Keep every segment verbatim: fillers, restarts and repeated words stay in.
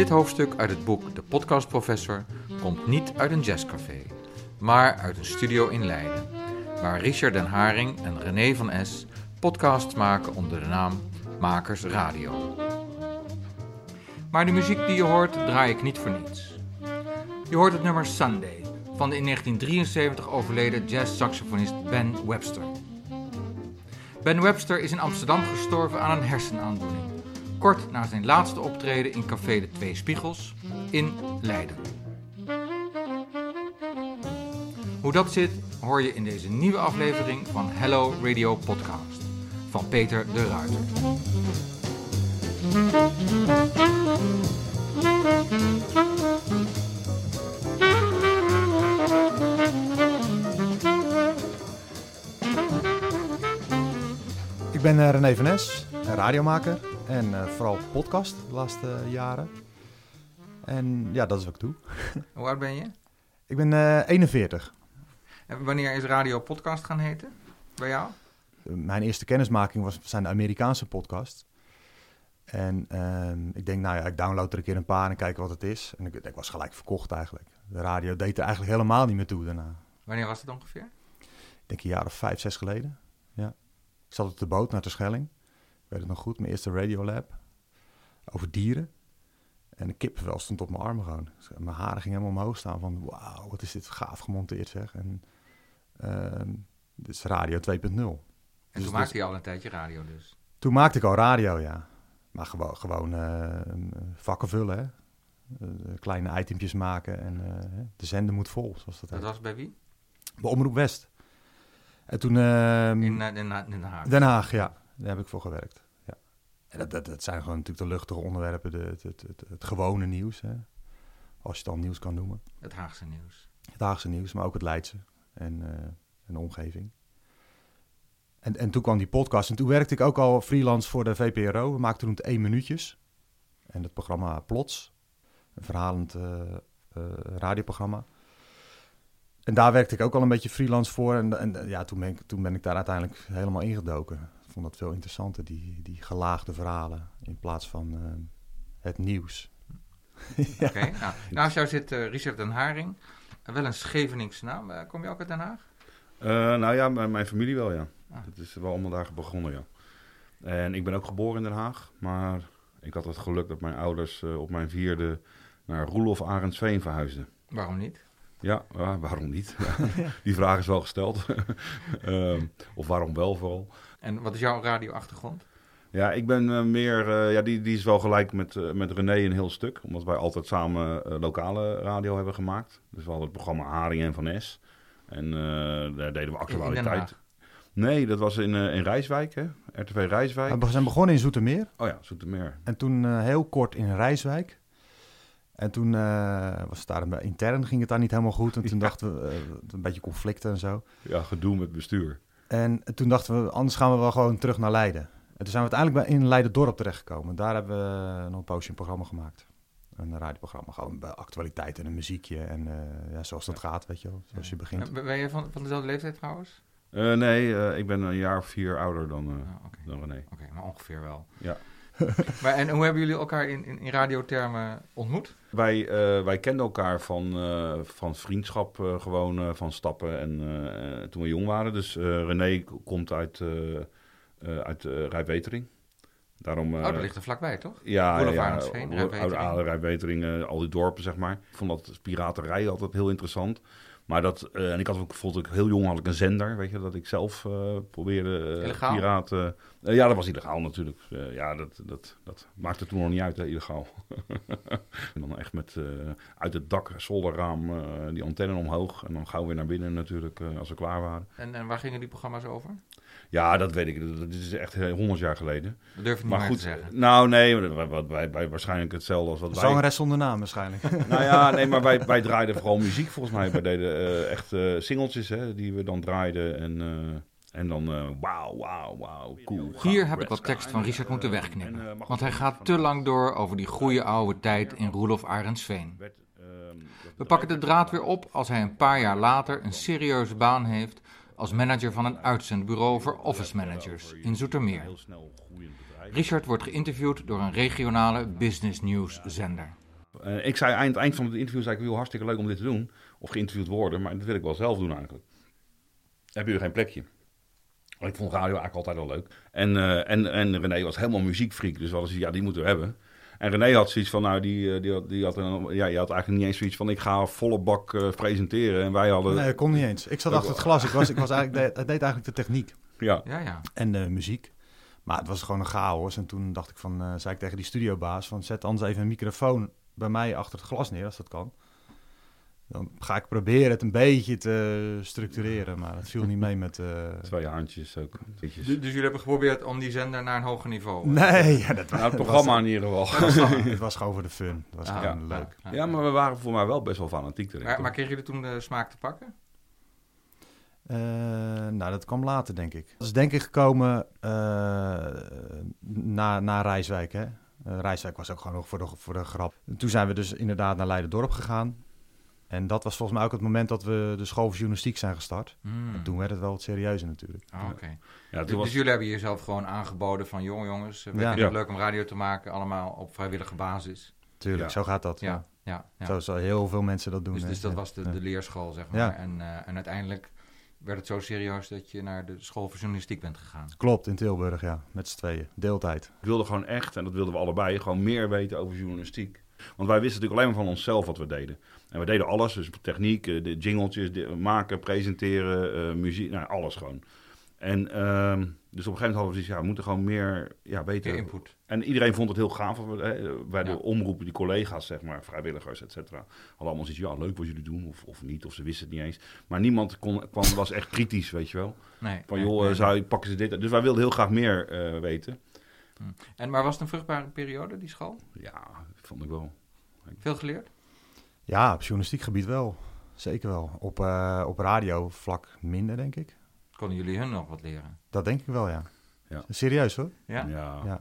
Dit hoofdstuk uit het boek De Podcastprofessor komt niet uit een jazzcafé, maar uit een studio in Leiden, waar Richard den Haring en René van S podcasts maken onder de naam Makers Radio. Maar de muziek die je hoort draai ik niet voor niets. Je hoort het nummer Sunday van de in negentien drieënzeventig overleden jazzsaxofonist Ben Webster. Ben Webster is in Amsterdam gestorven aan een hersenaandoening, kort na zijn laatste optreden in Café de Twee Spiegels in Leiden. Hoe dat zit, hoor je in deze nieuwe aflevering van Hello Radio Podcast van Peter de Ruiter. Ik ben uh, René van S, radiomaker en uh, vooral podcast de laatste jaren. En ja, dat is wat ik doe. Hoe oud ben je? Ik ben uh, eenenveertig. En wanneer is Radio Podcast gaan heten bij jou? Uh, mijn eerste kennismaking was, zijn de Amerikaanse podcasts. En uh, ik denk, nou ja, ik download er een keer een paar en kijk wat het is. En ik, ik was gelijk verkocht eigenlijk. De radio deed er eigenlijk helemaal niet meer toe daarna. Wanneer was het ongeveer? Ik denk een jaar of vijf, zes geleden. Ja. Ik zat op de boot naar Terschelling. Ik weet het nog goed, mijn eerste radiolab. Over dieren. En de kippenvel stond op mijn armen gewoon. Mijn haren gingen helemaal omhoog staan van, wauw, wat is dit gaaf gemonteerd zeg. En uh, dit is radio twee punt nul. En dus, toen maakte dus, je al een tijdje radio dus? Toen maakte ik al radio, ja. Maar gewoon, gewoon uh, vakken vullen, hè. Uh, kleine itempjes maken en uh, de zender moet vol, zoals dat heet. Dat was bij wie? Bij Omroep West. En toen... Uh, in, uh, in, in Den Haag? Den Haag, ja. Daar heb ik voor gewerkt. Ja. En dat, dat, dat zijn gewoon natuurlijk de luchtige onderwerpen, de, het, het, het, het gewone nieuws, hè. Als je het dan nieuws kan noemen. Het Haagse nieuws. Het Haagse nieuws, maar ook het Leidse en, uh, en de omgeving. En, en toen kwam die podcast en toen werkte ik ook al freelance voor de V P R O. We maakten toen het één minuutjes. En het programma Plots, een verhalend uh, uh, radioprogramma. En daar werkte ik ook al een beetje freelance voor. En, en ja, toen ben, ik, toen ben ik daar uiteindelijk helemaal ingedoken. Ik vond dat veel interessanter, die, die gelaagde verhalen, in plaats van uh, het nieuws. Ja. Oké, okay, nou, naast jou zit uh, Richard den Haring. Uh, wel een Scheveningse naam. Uh, kom je ook uit Den Haag? Uh, nou ja, m- mijn familie wel, ja. Ah. Het is wel allemaal daar begonnen, ja. En ik ben ook geboren in Den Haag, maar ik had het geluk dat mijn ouders uh, op mijn vierde naar Roelof Arendsveen verhuisden. Waarom niet? Ja, uh, waarom niet? Ja, die vraag is wel gesteld. uh, of waarom wel vooral. En wat is jouw radioachtergrond? Ja, ik ben uh, meer... Uh, ja, die, die is wel gelijk met, uh, met René een heel stuk. Omdat wij altijd samen uh, lokale radio hebben gemaakt. Dus we hadden het programma Haring en Van S. En uh, daar deden we actualiteit. Nee, dat was in, uh, in Rijswijk, hè? R T V Rijswijk. We zijn begonnen in Zoetermeer. Oh ja, Zoetermeer. En toen uh, heel kort in Rijswijk. En toen uh, was het daar een, intern ging het daar niet helemaal goed. En toen ja. dachten we, uh, een beetje conflicten en zo. Ja, gedoe met bestuur. En toen dachten we, anders gaan we wel gewoon terug naar Leiden. En toen zijn we uiteindelijk bij, in Leiden-dorp terechtgekomen. Daar hebben we nog een poosje een programma gemaakt. Een radioprogramma, gewoon bij actualiteit en een muziekje. En uh, ja, zoals dat ja. gaat, weet je wel, zoals je begint. Ja. Ben je van, van dezelfde leeftijd trouwens? Uh, nee, uh, ik ben een jaar of vier ouder dan, uh, oh, okay. dan René. Oké, okay, maar ongeveer wel. Ja. Maar en hoe hebben jullie elkaar in, in, in radiotermen ontmoet? Wij, uh, wij kenden elkaar van, uh, van vriendschap, uh, gewoon uh, van stappen en uh, toen we jong waren. Dus uh, René komt uit, uh, uh, uit uh, Rijwetering. Daarom, uh, oh, dat ligt er vlakbij, toch? Ja, Roelof ja, Arendsveen, ja Rijwetering. Rijwetering, uh, al die dorpen, zeg maar. Ik vond dat piraterij altijd heel interessant. Maar dat, uh, en ik had ook, vond ik heel jong had ik een zender, weet je, dat ik zelf uh, probeerde uh, piraten. Uh, ja, dat was illegaal natuurlijk. Uh, ja, dat, dat, dat maakte toen nog niet uit, hè, illegaal. En dan echt met uh, uit het dak, zolderraam, uh, die antenne omhoog. En dan gauw weer naar binnen natuurlijk, uh, als we klaar waren. En, en waar gingen die programma's over? Ja, dat weet ik. Dat is echt honderd jaar geleden. Dat durf je niet maar meer goed, te zeggen. Nou, nee, wat wij, wij waarschijnlijk hetzelfde als wat wij... Zangeres zonder naam waarschijnlijk. Nou ja, nee, maar wij, wij draaiden vooral muziek volgens mij. Wij deden uh, echt uh, singeltjes, hè, die we dan draaiden. En, uh, en dan uh, wauw, wauw, wauw, cool. Hier heb ik wat tekst van Richard moeten wegknippen. Want hij gaat te lang door over die goede oude tijd in Roelof Arendsveen. We pakken de draad weer op als hij een paar jaar later een serieuze baan heeft als manager van een uitzendbureau voor office managers in Zoetermeer. Richard wordt geïnterviewd door een regionale business news zender. Uh, ik zei aan het eind van het interview, zei ik, wil hartstikke leuk om dit te doen. Of geïnterviewd worden, maar dat wil ik wel zelf doen eigenlijk. Heb je geen plekje? Ik vond radio eigenlijk altijd wel leuk. En, uh, en, en René was helemaal muziekfreak, dus we hadden ja, die moeten we hebben. En René had zoiets van, nou, die, die, had, die had, een, ja, je had eigenlijk niet eens zoiets van, ik ga volle bak uh, presenteren. En wij hadden... Nee, dat kon niet eens. Ik zat achter het glas. Ik, was, ik was eigenlijk, de, deed eigenlijk de techniek. Ja. Ja, ja. En de muziek. Maar het was gewoon een chaos. En toen dacht ik van, uh, zei ik tegen die studiobaas van, zet anders even een microfoon bij mij achter het glas neer, als dat kan. Dan ga ik proberen het een beetje te structureren, maar het viel niet mee met... Uh... Twee handjes ook. Dus, dus jullie hebben geprobeerd om die zender naar een hoger niveau... Nee, ja, dat was... Nou, het programma in ieder geval. Het was gewoon voor de fun. Het was ah, gewoon ja, leuk. Ja, ja, maar we waren voor mij wel best wel fanatiek erin. Maar, maar kregen jullie toen de smaak te pakken? Uh, nou, dat kwam later, denk ik. Dat is denk ik gekomen uh, na, na Rijswijk, hè. Uh, Rijswijk was ook gewoon nog voor de, voor de grap. Toen zijn we dus inderdaad naar Leiden-Dorp gegaan. En dat was volgens mij ook het moment dat we de school voor journalistiek zijn gestart. Mm. En toen werd het wel wat serieuzer natuurlijk. Oh, oké. Okay. Ja, dus, was... dus jullie hebben jezelf gewoon aangeboden van... jonge jongens, we ja. vinden het leuk om radio te maken. Allemaal op vrijwillige basis. Tuurlijk, ja. Zo gaat dat. Ja, ja, ja. Zo zal heel veel mensen dat doen. Dus, dus dat ja. was de, de leerschool, zeg maar. Ja. En, uh, en uiteindelijk werd het zo serieus dat je naar de school voor journalistiek bent gegaan. Klopt, in Tilburg, ja. Met z'n tweeën. Deeltijd. Ik wilde gewoon echt, en dat wilden we allebei, gewoon meer weten over journalistiek. Want wij wisten natuurlijk alleen maar van onszelf wat we deden. En we deden alles, dus techniek, de jingletjes de, maken, presenteren, uh, muziek, nou alles gewoon. En uh, dus op een gegeven moment hadden we zoiets, ja, we moeten gewoon meer ja, weten. Meer input. En iedereen vond het heel gaaf. Hè, bij de ja. omroepen, die collega's, zeg maar, vrijwilligers, et cetera. Hadden allemaal zoiets, ja, leuk wat jullie doen, of, of niet, of ze wisten het niet eens. Maar niemand kon, kwam, was echt kritisch, weet je wel. Nee, van, joh, nee, zou, pakken ze dit? Dus wij wilden heel graag meer uh, weten. En, maar was het een vruchtbare periode, die school? Ja, vond ik wel. Veel geleerd? Ja, op journalistiek gebied wel. Zeker wel. Op, uh, op radiovlak minder, denk ik. Konden jullie hun nog wat leren? Dat denk ik wel, ja. ja. Serieus, hoor. Ja? Ja. ja.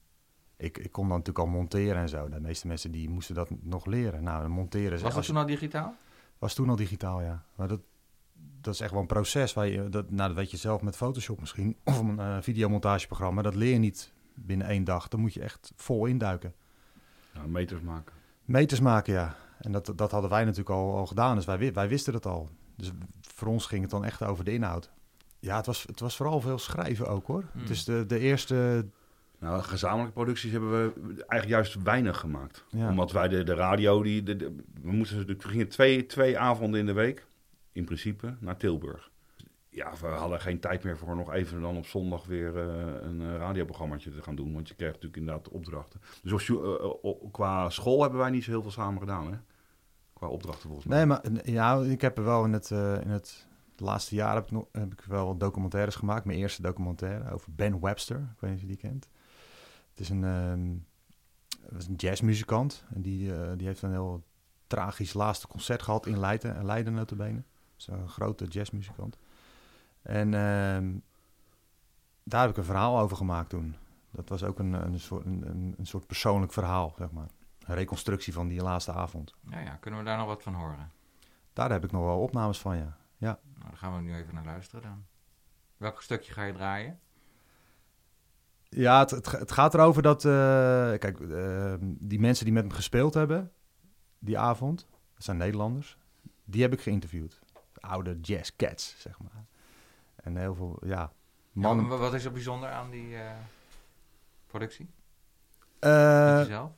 Ik, ik kon dan natuurlijk al monteren en zo. De meeste mensen die moesten dat nog leren. Nou, monteren... Was dat toen al digitaal? Was toen al digitaal, ja. Maar dat, dat is echt wel een proces. Waar je, dat, nou, dat weet je zelf met Photoshop misschien. Of een uh, videomontageprogramma. Dat leer je niet binnen één dag. Dan moet je echt vol induiken. Ja, meters maken. Meters maken, ja. En dat, dat hadden wij natuurlijk al, al gedaan. Dus wij, wij wisten het al. Dus voor ons ging het dan echt over de inhoud. Ja, het was, het was vooral veel schrijven ook, hoor. Hmm. Dus de, de eerste... Nou, gezamenlijke producties hebben we eigenlijk juist weinig gemaakt. Ja. Omdat wij de, de radio... Die, de, de, we, moesten, we gingen twee, twee avonden in de week, in principe, naar Tilburg. Ja, we hadden geen tijd meer voor nog even dan op zondag weer uh, een uh, radioprogrammaatje te gaan doen. Want je krijgt natuurlijk inderdaad opdrachten. Dus als, uh, uh, qua school hebben wij niet zo heel veel samen gedaan, hè? Qua opdrachten volgens mij. Nee, maar ja, ik heb er wel in het, uh, in het laatste jaar heb ik, nog, heb ik wel documentaires gemaakt. Mijn eerste documentaire over Ben Webster. Ik weet niet of je die kent. Het is een, um, het is een jazzmuzikant. En die, uh, die heeft een heel tragisch laatste concert gehad in Leiden. Leiden notabene. Dat is een grote jazzmuzikant. En uh, daar heb ik een verhaal over gemaakt toen. Dat was ook een, een, soort, een, een soort persoonlijk verhaal, zeg maar. Een reconstructie van die laatste avond. Ja, ja, kunnen we daar nog wat van horen? Daar heb ik nog wel opnames van, ja. ja. Nou, daar gaan we nu even naar luisteren dan. Welk stukje ga je draaien? Ja, het, het, het gaat erover dat... Uh, kijk, uh, die mensen die met me gespeeld hebben, die avond, dat zijn Nederlanders, die heb ik geïnterviewd. De oude jazzcats, zeg maar. En heel veel, ja... Mannen... Ja, wat is er bijzonder aan die uh, productie? Uh, Met jezelf?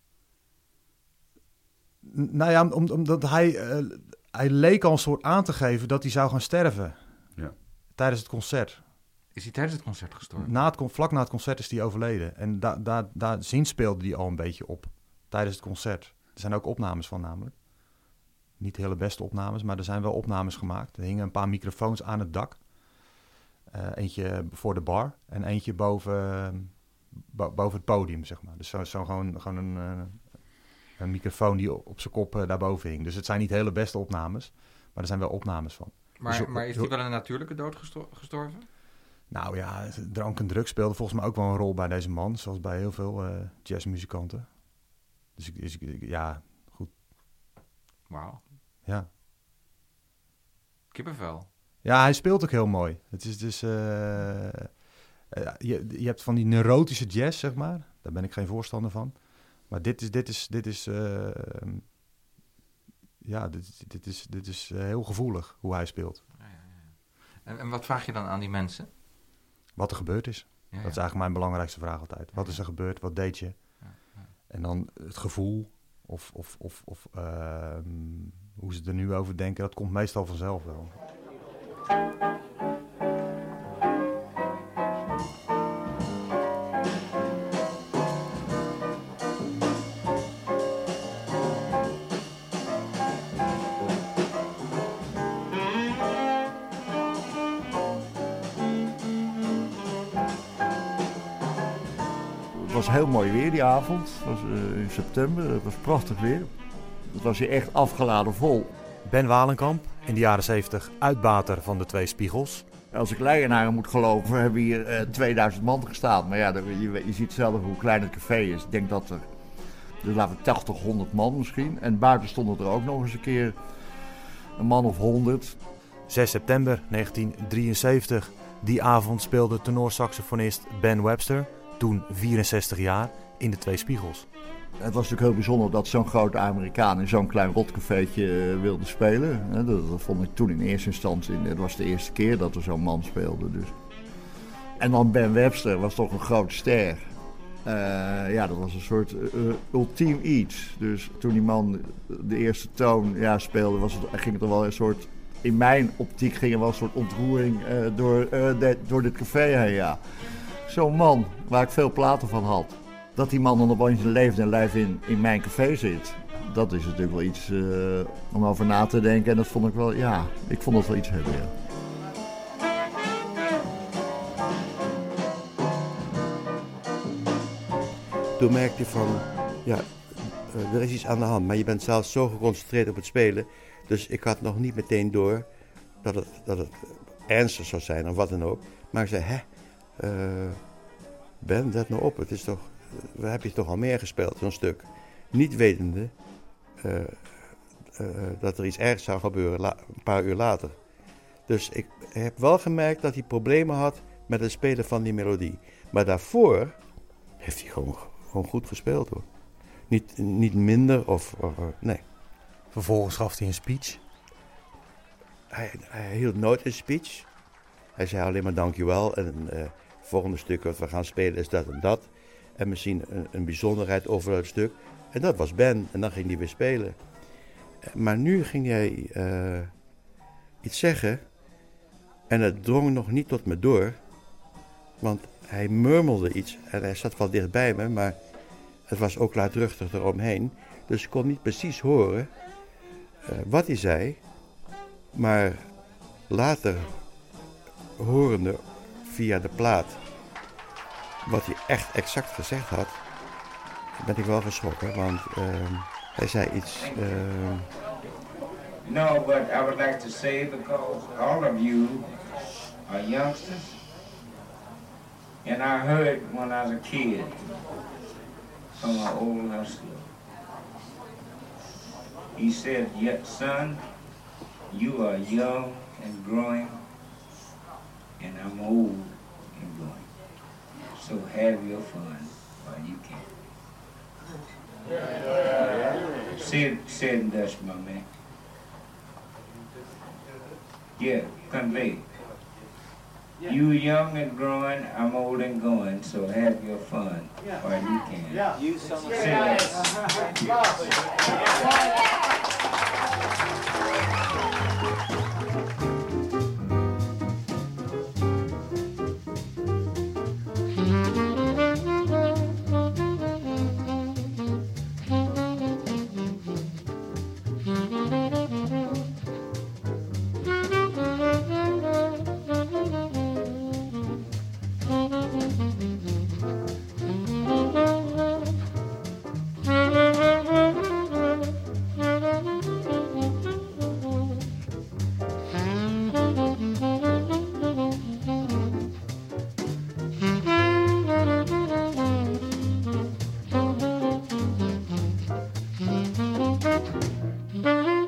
N- nou ja, om, omdat hij... Uh, hij leek al een soort aan te geven dat hij zou gaan sterven. Ja. Tijdens het concert. Is hij tijdens het concert gestorven? Na het, vlak na het concert is hij overleden. En daar da, da, zin speelde hij al een beetje op. Tijdens het concert. Er zijn ook opnames van namelijk. Niet de hele beste opnames, maar er zijn wel opnames gemaakt. Er hingen een paar microfoons aan het dak. Uh, eentje voor de bar en eentje boven, bo- boven het podium, zeg maar. Dus zo, zo gewoon, gewoon een, uh, een microfoon die op, op zijn kop uh, daarboven hing. Dus het zijn niet de hele beste opnames, maar er zijn wel opnames van. Maar, dus, maar is hij wel een natuurlijke dood gesto- gestorven? Nou ja, drank en drugs speelde volgens mij ook wel een rol bij deze man, zoals bij heel veel uh, jazzmuzikanten. Dus ik, dus ik, ja, goed. Wauw. Ja. Kippenvel. Ja, hij speelt ook heel mooi. Het is dus... Uh, uh, je, je hebt van die neurotische jazz, zeg maar. Daar ben ik geen voorstander van. Maar dit is, dit is, dit is, uh, ja, dit, dit is, dit is uh, heel gevoelig hoe hij speelt. Ja, ja, ja. En, en wat vraag je dan aan die mensen? Wat er gebeurd is. Ja, ja. Dat is eigenlijk mijn belangrijkste vraag altijd. Ja, wat is er gebeurd? Wat deed je? Ja, ja. En dan het gevoel of, of, of, of uh, hoe ze er nu over denken, dat komt meestal vanzelf wel. Het was heel mooi weer die avond. Het was uh, in september. Het was prachtig weer. Het was hier echt afgeladen vol. Ben Walenkamp, in de jaren zeventig uitbater van de Twee Spiegels. Als ik Leijenaren moet geloven, hebben hier uh, tweeduizend man gestaan. Maar ja, je, je ziet zelf hoe klein het café is. Ik denk dat er, dus laten we tachtig, honderd man misschien. En buiten stonden er ook nog eens een keer een man of honderd. zes september negentien drieënzeventig. Die avond speelde tenorsaxofonist Ben Webster, toen vierenzestig jaar, in de Twee Spiegels. Het was natuurlijk heel bijzonder dat zo'n grote Amerikaan in zo'n klein rotcafeetje wilde spelen. Dat, dat vond ik toen in eerste instantie, het was de eerste keer dat er zo'n man speelde. Dus. En dan Ben Webster was toch een grote ster. Uh, ja, dat was een soort uh, ultiem iets. Dus toen die man de eerste toon ja, speelde, was het, ging het er wel een soort... In mijn optiek ging er wel een soort ontroering uh, door, uh, de, door dit café heen, ja. Zo'n man, waar ik veel platen van had. Dat die man dan opeens in leven en lijf in, in mijn café zit. Dat is natuurlijk wel iets uh, om over na te denken. En dat vond ik wel, ja, ik vond dat wel iets hebben, ja. Toen merkte je van, ja, uh, er is iets aan de hand. Maar je bent zelf zo geconcentreerd op het spelen. Dus ik had nog niet meteen door dat het, dat het ernstig zou zijn of wat dan ook. Maar ik zei, hè, uh, Ben, let nou op. Het is toch, we hebben je toch al meer gespeeld, zo'n stuk. Niet wetende uh, uh, dat er iets ergs zou gebeuren la- een paar uur later. Dus ik heb wel gemerkt dat hij problemen had met het spelen van die melodie. Maar daarvoor heeft hij gewoon, gewoon goed gespeeld, hoor. Niet, niet minder of, of nee. Vervolgens gaf hij een speech. Hij, hij hield nooit een speech. Hij zei alleen maar dankjewel. En het uh, volgende stuk wat we gaan spelen is dat en dat. En misschien een, een bijzonderheid over het stuk. En dat was Ben. En dan ging hij weer spelen. Maar nu ging hij uh, iets zeggen. En het drong nog niet tot me door. Want hij murmelde iets. En hij zat wel dichtbij me. Maar het was ook luidruchtig eromheen. Dus ik kon niet precies horen uh, wat hij zei. Maar later, horende via de plaat, wat hij echt exact gezegd had, ben ik wel geschrokken. Want uh, hij zei iets... Uh... No, but I would like to say, because all of you are youngsters, and I heard when I was a kid from an old hustler. He said, "Yet, son, you are young and growing, and I'm old and growing. So have your fun while you can." Say it, say it in Dutch, my man. Yeah, convey. You young and growing, I'm old and going, so have your fun while you can. Yeah. You say that. Mm-hmm.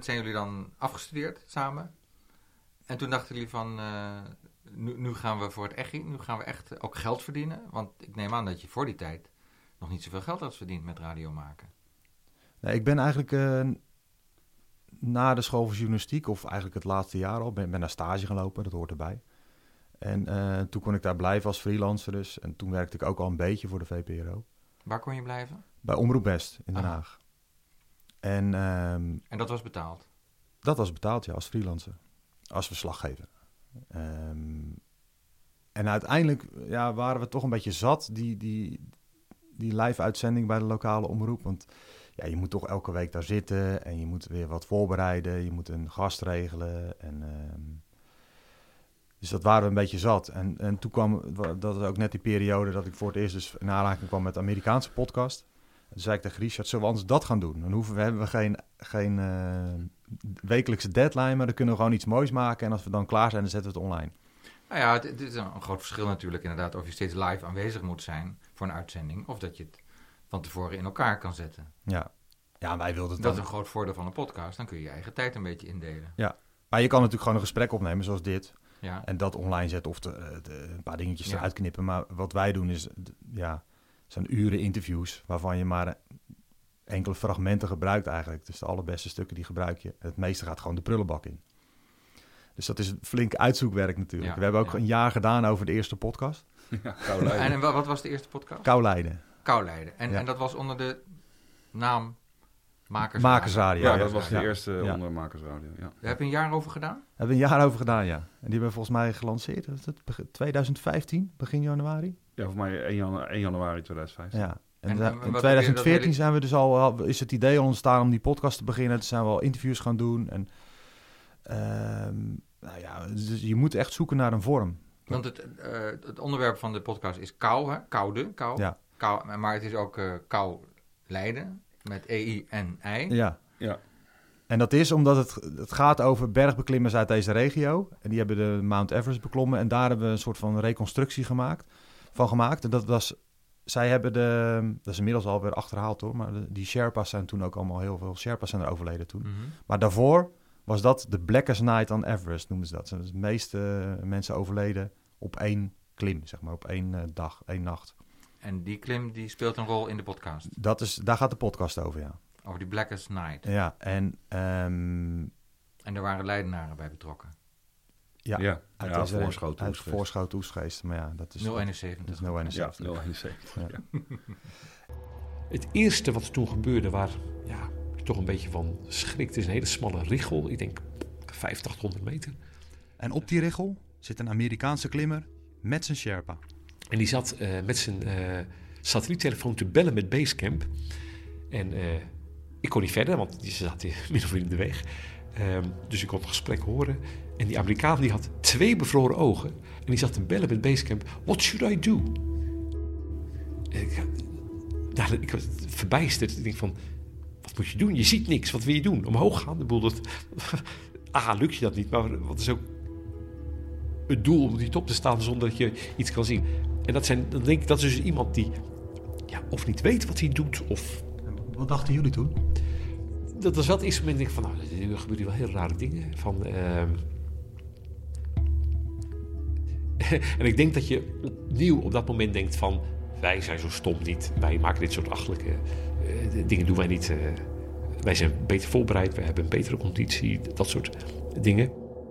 zijn jullie dan afgestudeerd samen. En toen dachten jullie van, uh, nu, nu gaan we voor het echi, nu gaan we echt ook geld verdienen. Want ik neem aan dat je voor die tijd nog niet zoveel geld had verdiend met radio maken. Nee, ik ben eigenlijk uh, na de school voor journalistiek, of eigenlijk het laatste jaar al, ben, ben naar stage gaan lopen, dat hoort erbij. En uh, toen kon ik daar blijven als freelancer dus. En toen werkte ik ook al een beetje voor de V P R O. Waar kon je blijven? Bij Omroep West in Den ah. Haag. En, um, en dat was betaald? Dat was betaald, ja, als freelancer. Als verslaggever. Um, en uiteindelijk ja, waren we toch een beetje zat, die, die, die live-uitzending bij de lokale omroep. Want ja, je moet toch elke week daar zitten en je moet weer wat voorbereiden. Je moet een gast regelen. En, um, dus dat waren we een beetje zat. En, en toen kwam, dat was ook net die periode dat ik voor het eerst dus in aanraking kwam met de Amerikaanse podcast. Toen zei ik tegen Richard, zullen we anders dat gaan doen? Dan hoeven we, hebben we geen, geen uh, wekelijkse deadline, maar dan kunnen we gewoon iets moois maken. En als we dan klaar zijn, dan zetten we het online. Nou ja, het, het is een, een groot verschil natuurlijk inderdaad of je steeds live aanwezig moet zijn voor een uitzending. Of dat je het van tevoren in elkaar kan zetten. Ja, ja wij wilden het Dat dan... is een groot voordeel van een podcast. Dan kun je je eigen tijd een beetje indelen. Ja, maar je kan natuurlijk gewoon een gesprek opnemen zoals dit. Ja. En dat online zetten of de, de, een paar dingetjes ja. eruit knippen. Maar wat wij doen is, ja, zijn uren interviews waarvan je maar enkele fragmenten gebruikt eigenlijk. Dus de allerbeste stukken die gebruik je. Het meeste gaat gewoon de prullenbak in. Dus dat is flink uitzoekwerk natuurlijk. Ja, We hebben ook ja. een jaar gedaan over de eerste podcast. Ja, Kou Leiden. En, en wat was de eerste podcast? Kou Leiden. Kou Leiden. En, Ja. en dat was onder de naam Makers Makersradio. Ja, Ja, dat was de ja. eerste Ja. onder Makersradio. Ja. Daar heb je een jaar over gedaan? Daar hebben we een jaar over gedaan, ja. En die hebben we volgens mij gelanceerd. Was het twintig vijftien, begin januari? Ja, voor mij één januari tweeduizend vijftien. Ja. En, En- da- en in wat heb je twintig veertien dat hele- zijn we dus al, al- is het idee al ontstaan om die podcast te beginnen. Toen zijn we al interviews gaan doen. En um, nou ja, dus je moet echt zoeken naar een vorm. Want het, uh, het onderwerp van de podcast is kou, hè? Koude, kou. Ja. kou. Maar het is ook uh, Kou Leiden, met E I en I. Ja. Ja. En dat is omdat het, het gaat over bergbeklimmers uit deze regio. En die hebben de Mount Everest beklommen. En daar hebben we een soort van reconstructie gemaakt, van gemaakt. En dat was... Zij hebben de... Dat is inmiddels alweer achterhaald hoor. Maar de, die Sherpa's zijn toen ook allemaal heel veel... Sherpa's zijn er overleden toen. Mm-hmm. Maar daarvoor was dat de Blackest Night on Everest, noemen ze dat. Dus de meeste mensen overleden op één klim, zeg maar. Op één uh, dag, één nacht. En die klim die speelt een rol in de podcast. Dat is, daar gaat de podcast over, ja. Over die Blackest Night. Ja, en... Um, en daar waren Leidenaren bij betrokken. Ja, ja, uit ja deze Voorschoot uit Oesgeest. Voorschoot Oesgeest. Maar ja, dat is... nul eenenzeventig. Dat is nul eenenzeventig. Ja, nul eenenzeventig. Ja. Ja. Het eerste wat er toen gebeurde, waar ja, ik toch een beetje van schrikt, het is een hele smalle richel. Ik denk vijfhonderd, achthonderd meter. En op die richel zit een Amerikaanse klimmer met zijn Sherpa. En die zat uh, met zijn uh, satelliettelefoon te bellen met Basecamp. En uh, ik kon niet verder, want die zat min of meer in de weg. Um, dus ik kon het gesprek horen. En die Amerikaan die had twee bevroren ogen. En die zat te bellen met Basecamp. What should I do? En ik, nou, ik was verbijsterd. Ik denk van, wat moet je doen? Je ziet niks. Wat wil je doen? Omhoog gaan? De boel dat... Ah, lukt je dat niet. Maar wat is ook het doel om niet op te staan zonder dat je iets kan zien? En dat, zijn, dan denk ik, dat is dus iemand die ja, of niet weet wat hij doet, of... Wat dachten jullie toen? Dat was wel het eerste moment denk ik van, nou, er gebeuren hier wel heel rare dingen. Van, uh... en ik denk dat je opnieuw op dat moment denkt van, wij zijn zo stom niet. Wij maken dit soort achterlijke uh, dingen, doen wij niet. Uh, wij zijn beter voorbereid, wij hebben een betere conditie, dat soort dingen.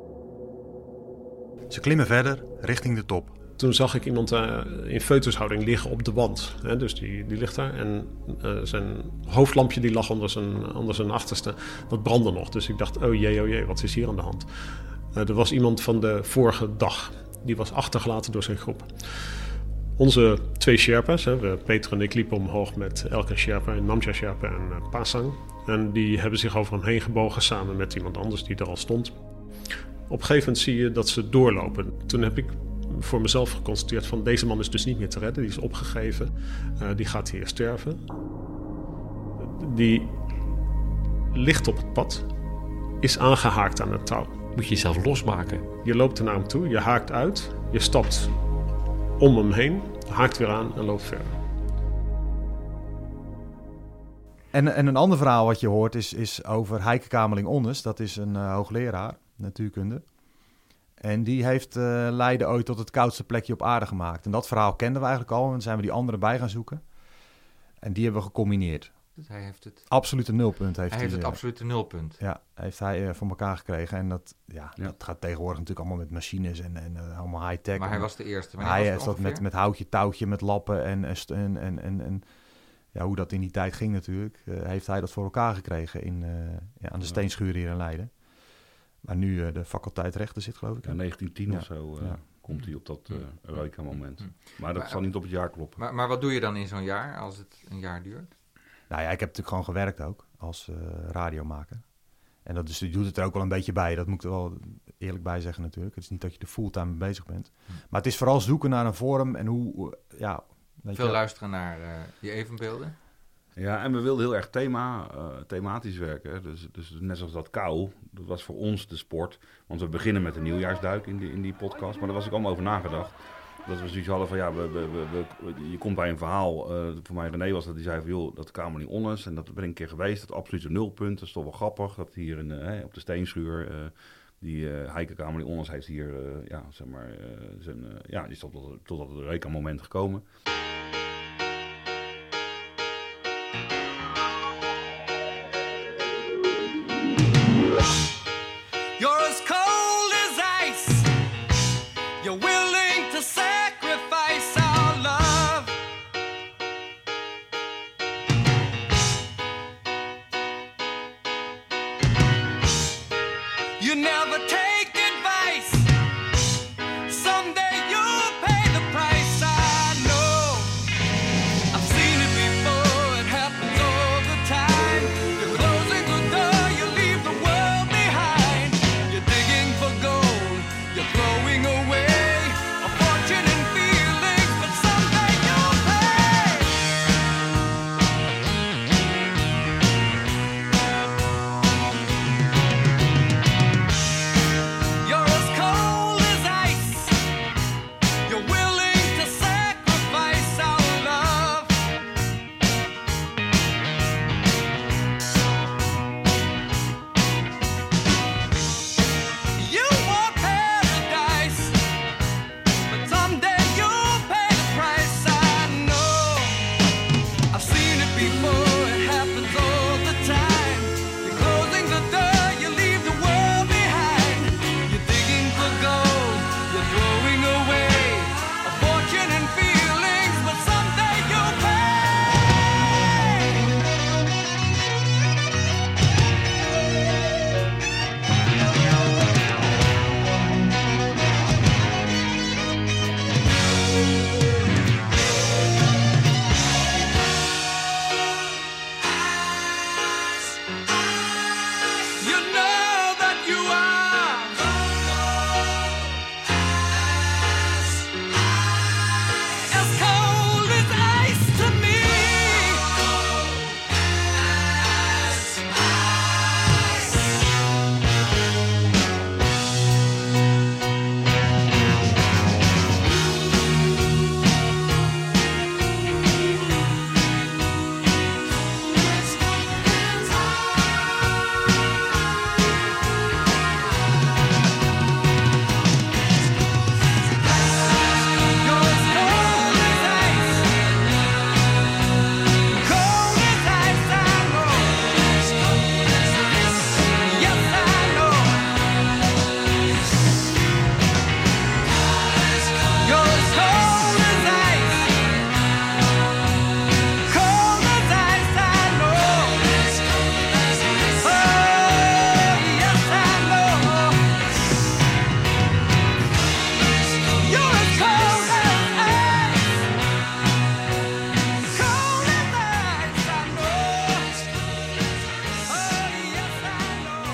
Ze klimmen verder richting de top. Toen zag ik iemand uh, in foetushouding liggen op de wand. Hè, dus die, die ligt daar. En uh, zijn hoofdlampje die lag onder zijn, onder zijn achterste. Dat brandde nog. Dus ik dacht, oh jee, oh jee, wat is hier aan de hand? Uh, er was iemand van de vorige dag. Die was achtergelaten door zijn groep. Onze twee Sherpa's, hè, Peter en ik liepen omhoog met Elke Sherpa, Namja Sherpa en uh, Pasang. En die hebben zich over hem heen gebogen samen met iemand anders die er al stond. Op een gegeven moment zie je dat ze doorlopen. Toen heb ik voor mezelf geconstateerd van deze man is dus niet meer te redden. Die is opgegeven. Uh, die gaat hier sterven. Die ligt op het pad. Is aangehaakt aan het touw. Moet je jezelf losmaken. Je loopt er naar hem toe. Je haakt uit. Je stapt om hem heen. Haakt weer aan en loopt verder. En, en een ander verhaal wat je hoort is, is over Heike Kamerling-Onnes. Dat is een uh, hoogleraar natuurkunde. En die heeft uh, Leiden ooit tot het koudste plekje op aarde gemaakt. En dat verhaal kenden we eigenlijk al. En dan zijn we die andere bij gaan zoeken. En die hebben we gecombineerd. Dus hij heeft het... Absolute nulpunt heeft hij. heeft hij, het uh, absolute nulpunt. Ja, heeft hij uh, voor elkaar gekregen. En dat, ja, Ja. dat gaat tegenwoordig natuurlijk allemaal met machines en, en uh, allemaal high-tech. Maar hij en, was de eerste. hij was heeft dat met, met houtje, touwtje, met lappen en, en, en, en, en ja, hoe dat in die tijd ging natuurlijk. Uh, heeft hij dat voor elkaar gekregen in, uh, ja, aan de steenschuur hier in Leiden. Waar nu uh, de faculteit rechten zit, geloof ik. Ja, negentien tien Ja. of zo uh, Ja. komt hij op dat uh, Eureka-moment. Mm. Maar dat Maar, zal niet op het jaar kloppen. Maar, maar wat doe je dan in zo'n jaar, als het een jaar duurt? Nou ja, ik heb natuurlijk gewoon gewerkt ook als uh, radiomaker. En dat dus, je doet het er ook wel een beetje bij. Dat moet ik er wel eerlijk bij zeggen natuurlijk. Het is niet dat je er fulltime mee bezig bent. Hmm. Maar het is vooral zoeken naar een vorm en hoe... Ja, weet Veel je, luisteren naar uh, je evenbeelden. Ja, en we wilden heel erg thema, uh, thematisch werken. Hè. Dus, dus net zoals dat kou, dat was voor ons de sport. Want we beginnen met een nieuwjaarsduik in die, in die podcast. Maar daar was ik allemaal over nagedacht. Dat we zoiets hadden van, ja, we, we, we, we, je komt bij een verhaal. Uh, voor mij René was dat, die zei van, joh, dat Kamerling-Onnes. En dat ben ik een keer geweest, dat absolute nulpunt. Dat is toch wel grappig, dat hier in, uh, op de steenschuur... Uh, die uh, Heike Kamerling-Onnes heeft hier, uh, ja, zeg maar, uh, zijn, uh, ja, die is tot, tot dat Eureka-moment gekomen. You're as cold as ice. You're willing to sacrifice our love. You never take advice. Someday you'll pay the price. I know. I've seen it before. It happens all the time. You're closing the door. You leave the world behind. You're digging for gold. You're throwing away a fortune and feelings, but someday you'll pay. You're as cold as ice. You're willing to sacrifice our love. You want paradise, but someday you'll pay the price. I know. I've seen it before. It happens all the time. You're closing the door. You leave the world behind. You're digging for gold. You're throwing away a fortune and feelings, but someday you'll pay. You know that you are as cold as ice to me. You're as cold as ice, cold as ice. I know. Yes, I know. You're as cold as ice, cold as ice. I know. Oh, yes, I know. You're as cold as ice, cold as ice. I know. Oh, yes, I know.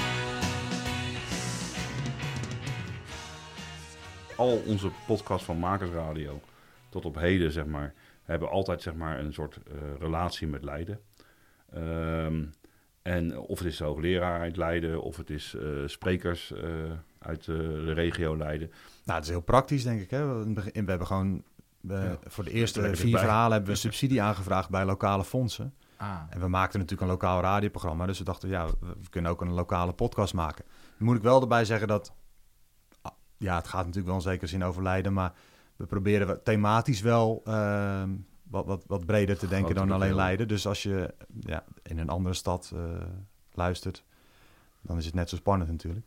Al onze podcasts van Makersradio tot op heden, zeg maar, hebben altijd, zeg maar, een soort uh, relatie met Leiden. Um, en of het is de hoogleraar uit Leiden, of het is uh, sprekers uh, uit uh, de regio Leiden. Nou, het is heel praktisch, denk ik. Hè? We, in het begin- we hebben gewoon... We, Ja. Voor de eerste Lekker vier erbij. verhalen hebben we subsidie aangevraagd bij lokale fondsen. Ah. En we maakten natuurlijk een lokaal radioprogramma. Dus we dachten, ja, we, we kunnen ook een lokale podcast maken. Dan moet ik wel erbij zeggen dat... Ja, het gaat natuurlijk wel in zekere zin over Leiden. Maar we proberen thematisch wel uh, wat, wat, wat breder te denken dan alleen Leiden. Dus als je ja, in een andere stad uh, luistert, dan is het net zo spannend natuurlijk.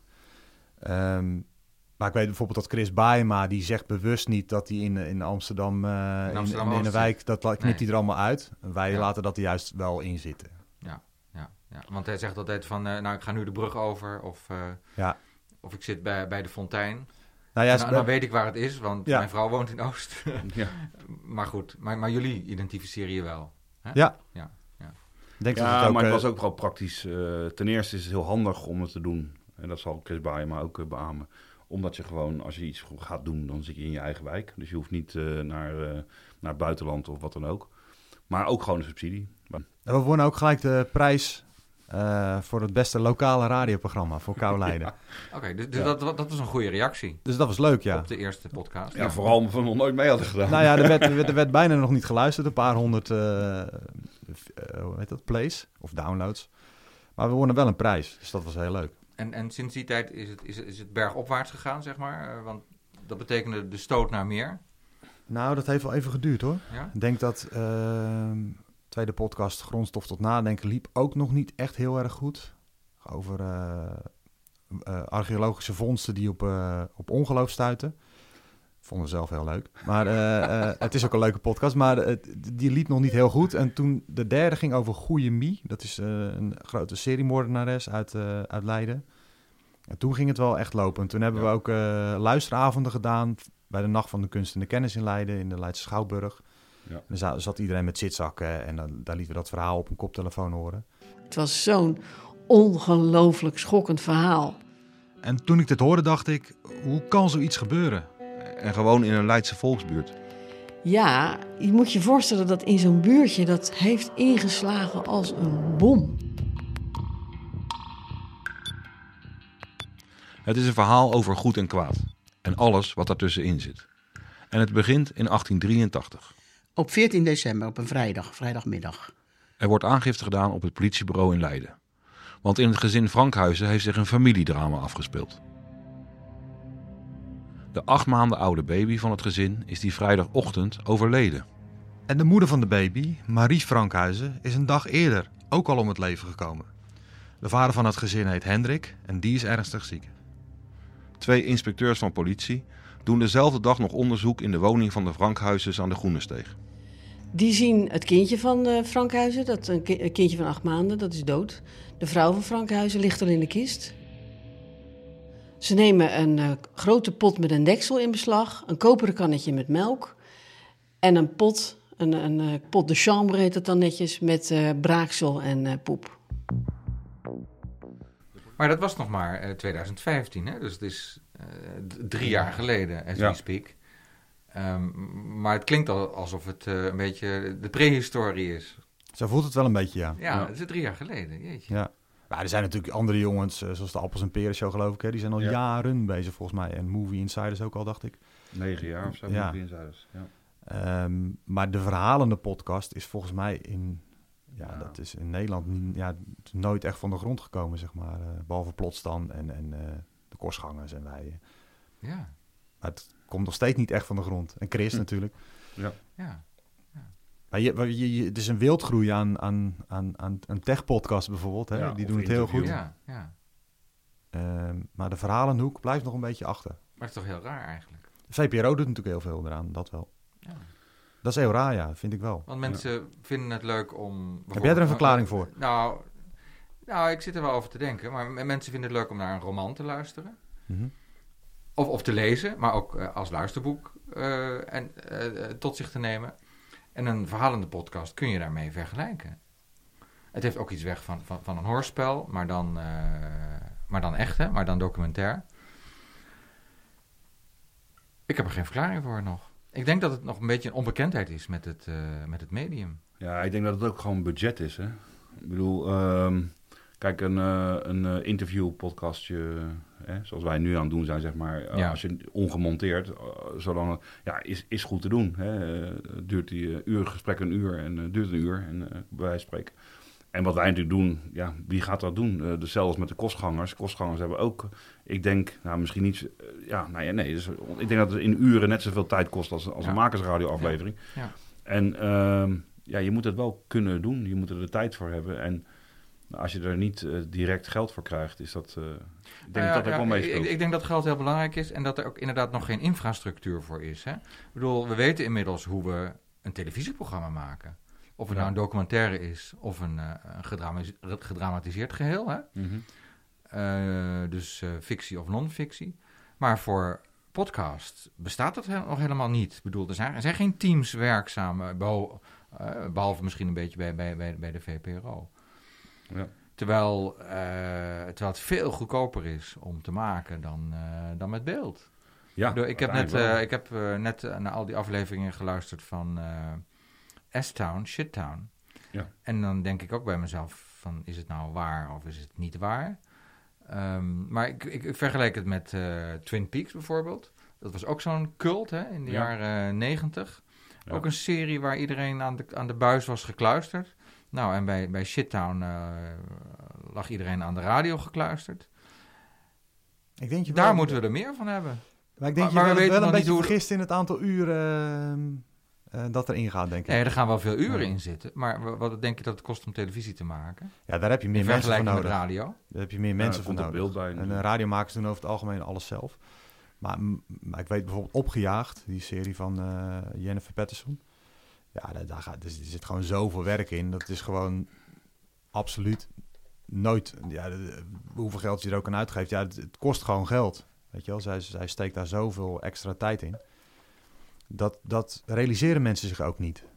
Um, maar ik weet bijvoorbeeld dat Chris Baaema, die zegt bewust niet dat hij in, in Amsterdam, uh, in, Amsterdam in, in een wijk, dat knipt hij nee. er allemaal uit. Wij ja. laten dat er juist wel in zitten. Ja, ja, ja. Want hij zegt altijd van, uh, nou ik ga nu de brug over of, uh, ja. of ik zit bij, bij de fontein. Nou ja, nou, dan weet ik waar het is, want ja. mijn vrouw woont in Oost. ja. Maar goed, maar, maar jullie identificeren je wel. Hè? Ja. Ja, ja. Denk ja het ook, maar het was ook wel praktisch. Uh, ten eerste is het heel handig om het te doen. En dat zal Chris Baaema ook uh, beamen. Omdat je gewoon, als je iets gaat doen, dan zit je in je eigen wijk. Dus je hoeft niet uh, naar, uh, naar het buitenland of wat dan ook. Maar ook gewoon een subsidie. Maar... En we wonnen ook gelijk de prijs... Uh, voor het beste lokale radioprogramma voor Kou Leiden. ja. Oké, okay, dus, dus ja. dat, dat was een goede reactie. Dus dat was leuk, ja. Op de eerste podcast. Ja, ja. Vooral omdat we nog nooit mee hadden gedaan. Nou ja, er werd, er werd, er werd bijna nog niet geluisterd. Een paar honderd uh, uh, hoe heet dat, plays of downloads. Maar we wonnen wel een prijs, dus dat was heel leuk. En, en sinds die tijd is het, is, is het bergopwaarts gegaan, zeg maar? Uh, want dat betekende de stoot naar meer. Nou, dat heeft wel even geduurd, hoor. Ja? Ik denk dat... Uh, tweede podcast, Grondstof tot Nadenken, liep ook nog niet echt heel erg goed. Over uh, uh, archeologische vondsten die op, uh, op ongeloof stuiten. Vonden we zelf heel leuk. Maar uh, uh, het is ook een leuke podcast, maar uh, die liep nog niet heel goed. En toen de derde ging over Goeie Mie. Dat is uh, een grote seriemoordenares uit, uh, uit Leiden. En toen ging het wel echt lopen. En toen hebben ja. we ook uh, luisteravonden gedaan bij de Nacht van de Kunst en de Kennis in Leiden, in de Leidse Schouwburg. Ja. En dan zat iedereen met zitzakken en dan, daar lieten we dat verhaal op een koptelefoon horen. Het was zo'n ongelooflijk schokkend verhaal. En toen ik dit hoorde dacht ik, hoe kan zoiets gebeuren? En gewoon in een Leidse volksbuurt. Ja, je moet je voorstellen dat in zo'n buurtje dat heeft ingeslagen als een bom. Het is een verhaal over goed en kwaad. En alles wat daartussenin zit. En het begint in achttien drieëntachtig. Op veertien december, op een vrijdag, vrijdagmiddag. Er wordt aangifte gedaan op het politiebureau in Leiden. Want in het gezin Frankhuizen heeft zich een familiedrama afgespeeld. De acht maanden oude baby van het gezin is die vrijdagochtend overleden. En de moeder van de baby, Marie Frankhuizen, is een dag eerder ook al om het leven gekomen. De vader van het gezin heet Hendrik en die is ernstig ziek. Twee inspecteurs van politie doen dezelfde dag nog onderzoek in de woning van de Frankhuizens aan de Groenesteeg. Die zien het kindje van uh, Frankhuizen, dat een, ki- een kindje van acht maanden, dat is dood. De vrouw van Frankhuizen ligt er in de kist. Ze nemen een uh, grote pot met een deksel in beslag, een koperen kannetje met melk en een pot, een, een uh, pot de chambre heet het dan netjes, met uh, braaksel en uh, poep. Maar dat was nog maar uh, twintig vijftien, hè? Dus het is uh, d- drie jaar geleden, as ja. we speak. Um, maar het klinkt al alsof het uh, een beetje de prehistorie is. Zo voelt het wel een beetje, ja. Ja, ja. Het is drie jaar geleden, jeetje. Ja. Maar er zijn natuurlijk andere jongens, uh, zoals de Appels en Peren Show geloof ik, hè? Die zijn al ja. jaren bezig volgens mij. En Movie Insiders ook al, dacht ik. Negen jaar of zo, ja. Movie Insiders, ja. Um, maar de verhalende podcast is volgens mij in... Ja, ja, dat is in Nederland ja, nooit echt van de grond gekomen, zeg maar. Uh, behalve Plotstan en, en uh, de Korsgangers en wij. Ja. Maar het komt nog steeds niet echt van de grond. En Chris hm. natuurlijk. Ja. Ja. ja. Maar je, je, je, het is een wildgroei aan, aan, aan, aan, aan tech-podcasts bijvoorbeeld. Hè? Ja, die doen het heel goed. Ja, ja. Uh, maar de verhalenhoek blijft nog een beetje achter. Maar het is toch heel raar eigenlijk? De V P R O doet natuurlijk heel veel eraan, dat wel. Ja. Dat is heel raar, ja, vind ik wel. Want mensen ja. vinden het leuk om... Heb jij er een verklaring voor? Nou, nou, ik zit er wel over te denken. Maar mensen vinden het leuk om naar een roman te luisteren. Mm-hmm. Of, of te lezen, maar ook uh, als luisterboek uh, en, uh, tot zich te nemen. En een verhalende podcast kun je daarmee vergelijken. Het heeft ook iets weg van, van, van een hoorspel, maar dan, uh, maar dan echt, hè? Maar dan documentair. Ik heb er geen verklaring voor nog. Ik denk dat het nog een beetje een onbekendheid is met het, uh, met het medium. Ja, ik denk dat het ook gewoon budget is. Hè? Ik bedoel, um, kijk, Kijk, een, uh, een uh, interview-podcastje, eh, zoals wij nu aan het doen zijn, zeg maar. Uh, ja. Als je ongemonteerd, uh, zolang, ja, is, is goed te doen. Hè. Uh, duurt die uh, uur gesprek een uur en uh, duurt een uur, en, uh, bij wijze van spreken. En wat wij natuurlijk doen, ja, wie gaat dat doen? Uh, dus zelfs met de kostgangers. Kostgangers hebben ook, ik denk, nou misschien niet, uh, ja, nou ja, nee. Dus, ik denk dat het in uren net zoveel tijd kost als, als ja. een makersradioaflevering. Ja. Ja. En uh, ja, je moet het wel kunnen doen. Je moet er de tijd voor hebben. En als je er niet uh, direct geld voor krijgt, is dat, uh, ik denk uh, dat dat ja, ook wel meespeelt. Ik, ik denk dat geld heel belangrijk is en dat er ook inderdaad nog geen infrastructuur voor is. Hè? Ik bedoel, we weten inmiddels hoe we een televisieprogramma maken. Of het ja. nou een documentaire is of een, uh, een gedrama- gedramatiseerd geheel. Hè? Mm-hmm. Uh, dus uh, fictie of non-fictie. Maar voor podcast bestaat dat he- nog helemaal niet. Ik bedoel, er zijn, er zijn geen teams werkzaam, uh, behalve, uh, behalve misschien een beetje bij, bij, bij, bij de V P R O. Ja. Terwijl, uh, terwijl het veel goedkoper is om te maken dan, uh, dan met beeld. Ja, ik, ik heb net, uh, ik heb uh, net uh, naar al die afleveringen geluisterd van uh, S-Town, Shit-Town. Ja. En dan denk ik ook bij mezelf van, is het nou waar of is het niet waar? Um, maar ik, ik, ik vergelijk het met uh, Twin Peaks bijvoorbeeld. Dat was ook zo'n cult hè, in de ja. jaren negentig. Ja. Ook een serie waar iedereen aan de, aan de buis was gekluisterd. Nou, en bij, bij Shittown uh, lag iedereen aan de radio gekluisterd. Ik denk je Daar wel, moeten we er meer van hebben. Maar ik denk maar, je maar wel, wel een beetje hoe... vergist in het aantal uren uh, uh, dat erin gaat, denk ik. Nee, er gaan wel veel uren ja. in zitten. Maar wat denk je dat het kost om televisie te maken? Ja, daar heb je meer mensen voor nodig. Met radio. Daar heb je meer mensen ja, voor nodig. Beeld bij, en uh, radiomakers doen over het algemeen alles zelf. Maar, maar ik weet bijvoorbeeld Opgejaagd, die serie van uh, Jennifer Patterson. Ja, daar, daar, gaat, er zit gewoon zoveel werk in. Dat is gewoon absoluut nooit... Ja, de, de, hoeveel geld je er ook aan uitgeeft. Ja, het, het kost gewoon geld. Weet je wel, zij, zij steekt daar zoveel extra tijd in. Dat, dat realiseren mensen zich ook niet.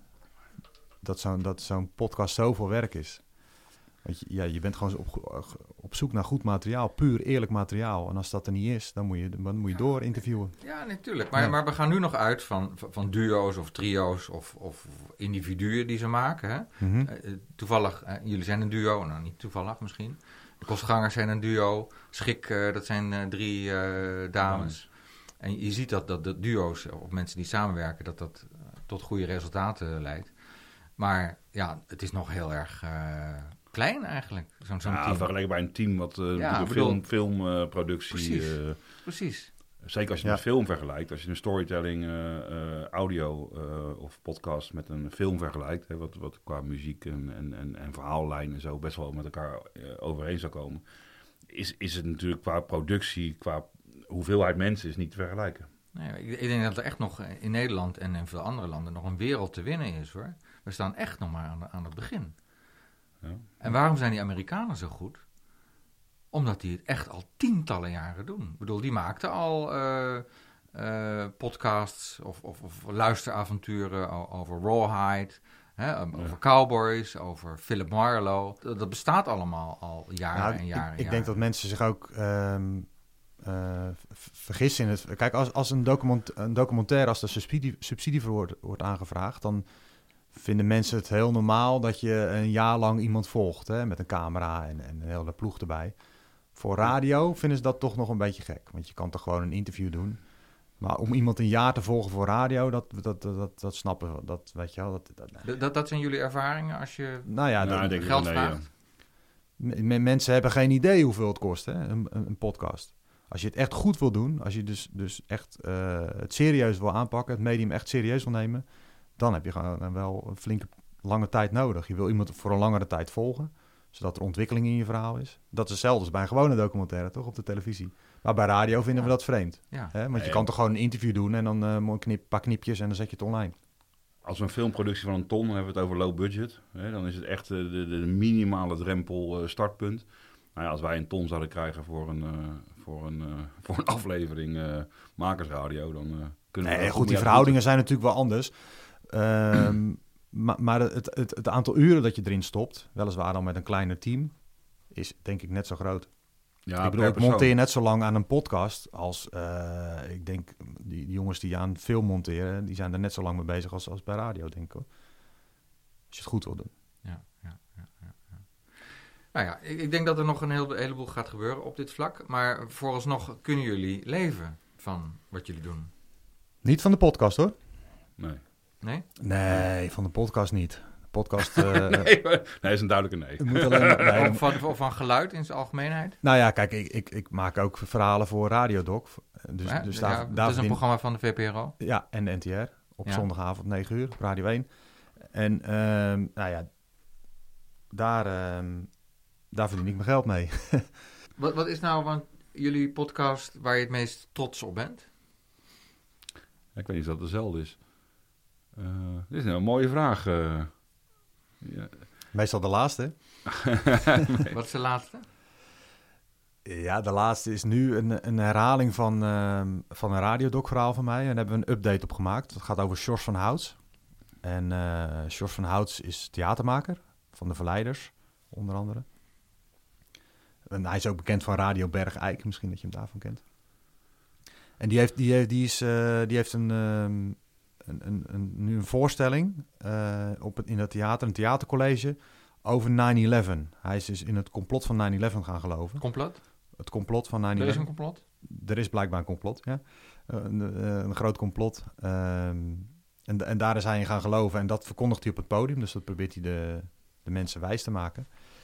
Dat zo'n, dat zo'n podcast zoveel werk is. Want je, ja, je bent gewoon op, op zoek naar goed materiaal. Puur eerlijk materiaal. En als dat er niet is, dan moet je, dan moet je door interviewen. Ja, natuurlijk. Maar, ja. maar we gaan nu nog uit van, van duo's of trio's of, of individuen die ze maken. Hè? Mm-hmm. Uh, toevallig, uh, jullie zijn een duo. Nou, niet toevallig misschien. De Kostgangers zijn een duo. Schik, uh, dat zijn uh, drie uh, dames. Ja. En je ziet dat, dat de duo's of mensen die samenwerken, dat dat uh, tot goede resultaten leidt. Maar ja, het is nog heel erg... Uh, klein eigenlijk, zo'n, zo'n ja, team. vergeleken bij een team wat uh, ja, film, filmproductie... Precies, uh, precies. Zeker als je ja. met film vergelijkt. Als je een storytelling, uh, uh, audio uh, of podcast met een film vergelijkt... Hè, wat, wat qua muziek en, en, en, en verhaallijn en zo best wel met elkaar uh, overeen zou komen... Is, is het natuurlijk qua productie, qua hoeveelheid mensen is niet te vergelijken. Nee, ik, ik denk dat er echt nog in Nederland en in veel andere landen nog een wereld te winnen is, hoor. We staan echt nog maar aan, aan het begin. Ja. En waarom zijn die Amerikanen zo goed? Omdat die het echt al tientallen jaren doen. Ik bedoel, die maakten al uh, uh, podcasts of, of, of luisteravonturen over Rawhide, hè, ja. over cowboys, over Philip Marlowe. Dat, dat bestaat allemaal al jaren nou, en jaren. Ik, ik jaren. denk dat mensen zich ook um, uh, vergissen in het... Kijk, als, als een, document, een documentaire, als er subsidie, subsidie voor wordt, wordt aangevraagd, dan... vinden mensen het heel normaal dat je een jaar lang iemand volgt, hè, met een camera en, en een hele ploeg erbij. Voor radio vinden ze dat toch nog een beetje gek, want je kan toch gewoon een interview doen. Maar om iemand een jaar te volgen voor radio, dat, dat, dat, dat, dat snappen we, dat weet je wel. Dat, dat, nee. dat, dat zijn jullie ervaringen als je nou ja, nou, dat, geld nee, vraagt? Ja. M- mensen hebben geen idee hoeveel het kost, hè, een, een podcast. Als je het echt goed wil doen, als je dus, dus echt uh, het serieus wil aanpakken, het medium echt serieus wil nemen... dan heb je gewoon wel een flinke lange tijd nodig. Je wil iemand voor een langere tijd volgen, zodat er ontwikkeling in je verhaal is. Dat is hetzelfde als bij een gewone documentaire, toch, op de televisie. Maar bij radio vinden ja. we dat vreemd. Ja. Hè? Want je nee. kan toch gewoon een interview doen en dan uh, een knip, paar knipjes en dan zet je het online. Als we een filmproductie van een ton hebben we het over low budget. Hè, dan is het echt uh, de, de minimale drempel uh, startpunt. Nou ja, als wij een ton zouden krijgen voor een, uh, voor een, uh, voor een aflevering uh, makersradio, dan uh, kunnen we... Nee, goed, die verhoudingen zijn natuurlijk wel anders. Um, maar maar het, het, het aantal uren dat je erin stopt, weliswaar dan met een kleiner team, is denk ik net zo groot. Ja, ik bedoel, ik monteer net zo lang aan een podcast als, uh, ik denk, die, die jongens die aan film monteren, die zijn er net zo lang mee bezig als, als bij radio, denk ik hoor. Als je het goed wil doen. Ja, ja, ja, ja, ja. Nou ja, ik, ik denk dat er nog een heel, heleboel gaat gebeuren op dit vlak. Maar vooralsnog kunnen jullie leven van wat jullie doen. Niet van de podcast, hoor. Nee. Nee? Nee, van de podcast niet. De podcast... Uh, nee, maar, nee, is een duidelijke nee. Het moet alleen maar, nee. Of, van, of van geluid in zijn algemeenheid? Nou ja, kijk, ik, ik, ik maak ook verhalen voor Radiodoc. Dus, Ja, dus ja, daar, dat daar is een verdien- programma van de V P R O. Ja, en de N T R. Op Ja. zondagavond negen uur op Radio één. En ehm, nou ja, daar, ehm, daar verdien ik mijn geld mee. Wat, wat is nou van jullie podcast waar je het meest trots op bent? Ik weet niet of dat dezelfde is. Uh, dit is nou een mooie vraag. Uh, ja. Meestal de laatste. Nee. Wat is de laatste? Ja, de laatste is nu een, een herhaling van, ehm, van een radiodoc-verhaal van mij. En daar hebben we een update op gemaakt. Dat gaat over Sjors van Houts. En uh, Sjors van Houts is theatermaker van de Verleiders, onder andere. En hij is ook bekend van Radio Bergijk, misschien dat je hem daarvan kent. En die heeft, die heeft, die is, uh, die heeft een, um, een, een, een, nu een voorstelling uh, op het, in het theater, een theatercollege, over nine eleven. Hij is dus in het complot van nine eleven gaan geloven. Complot? Het complot van nine eleven. Er is een complot? Er is blijkbaar een complot, ja. Een, een, een groot complot. Um, en, en daar is hij in gaan geloven. En dat verkondigt hij op het podium. Dus dat probeert hij de, de mensen wijs te maken.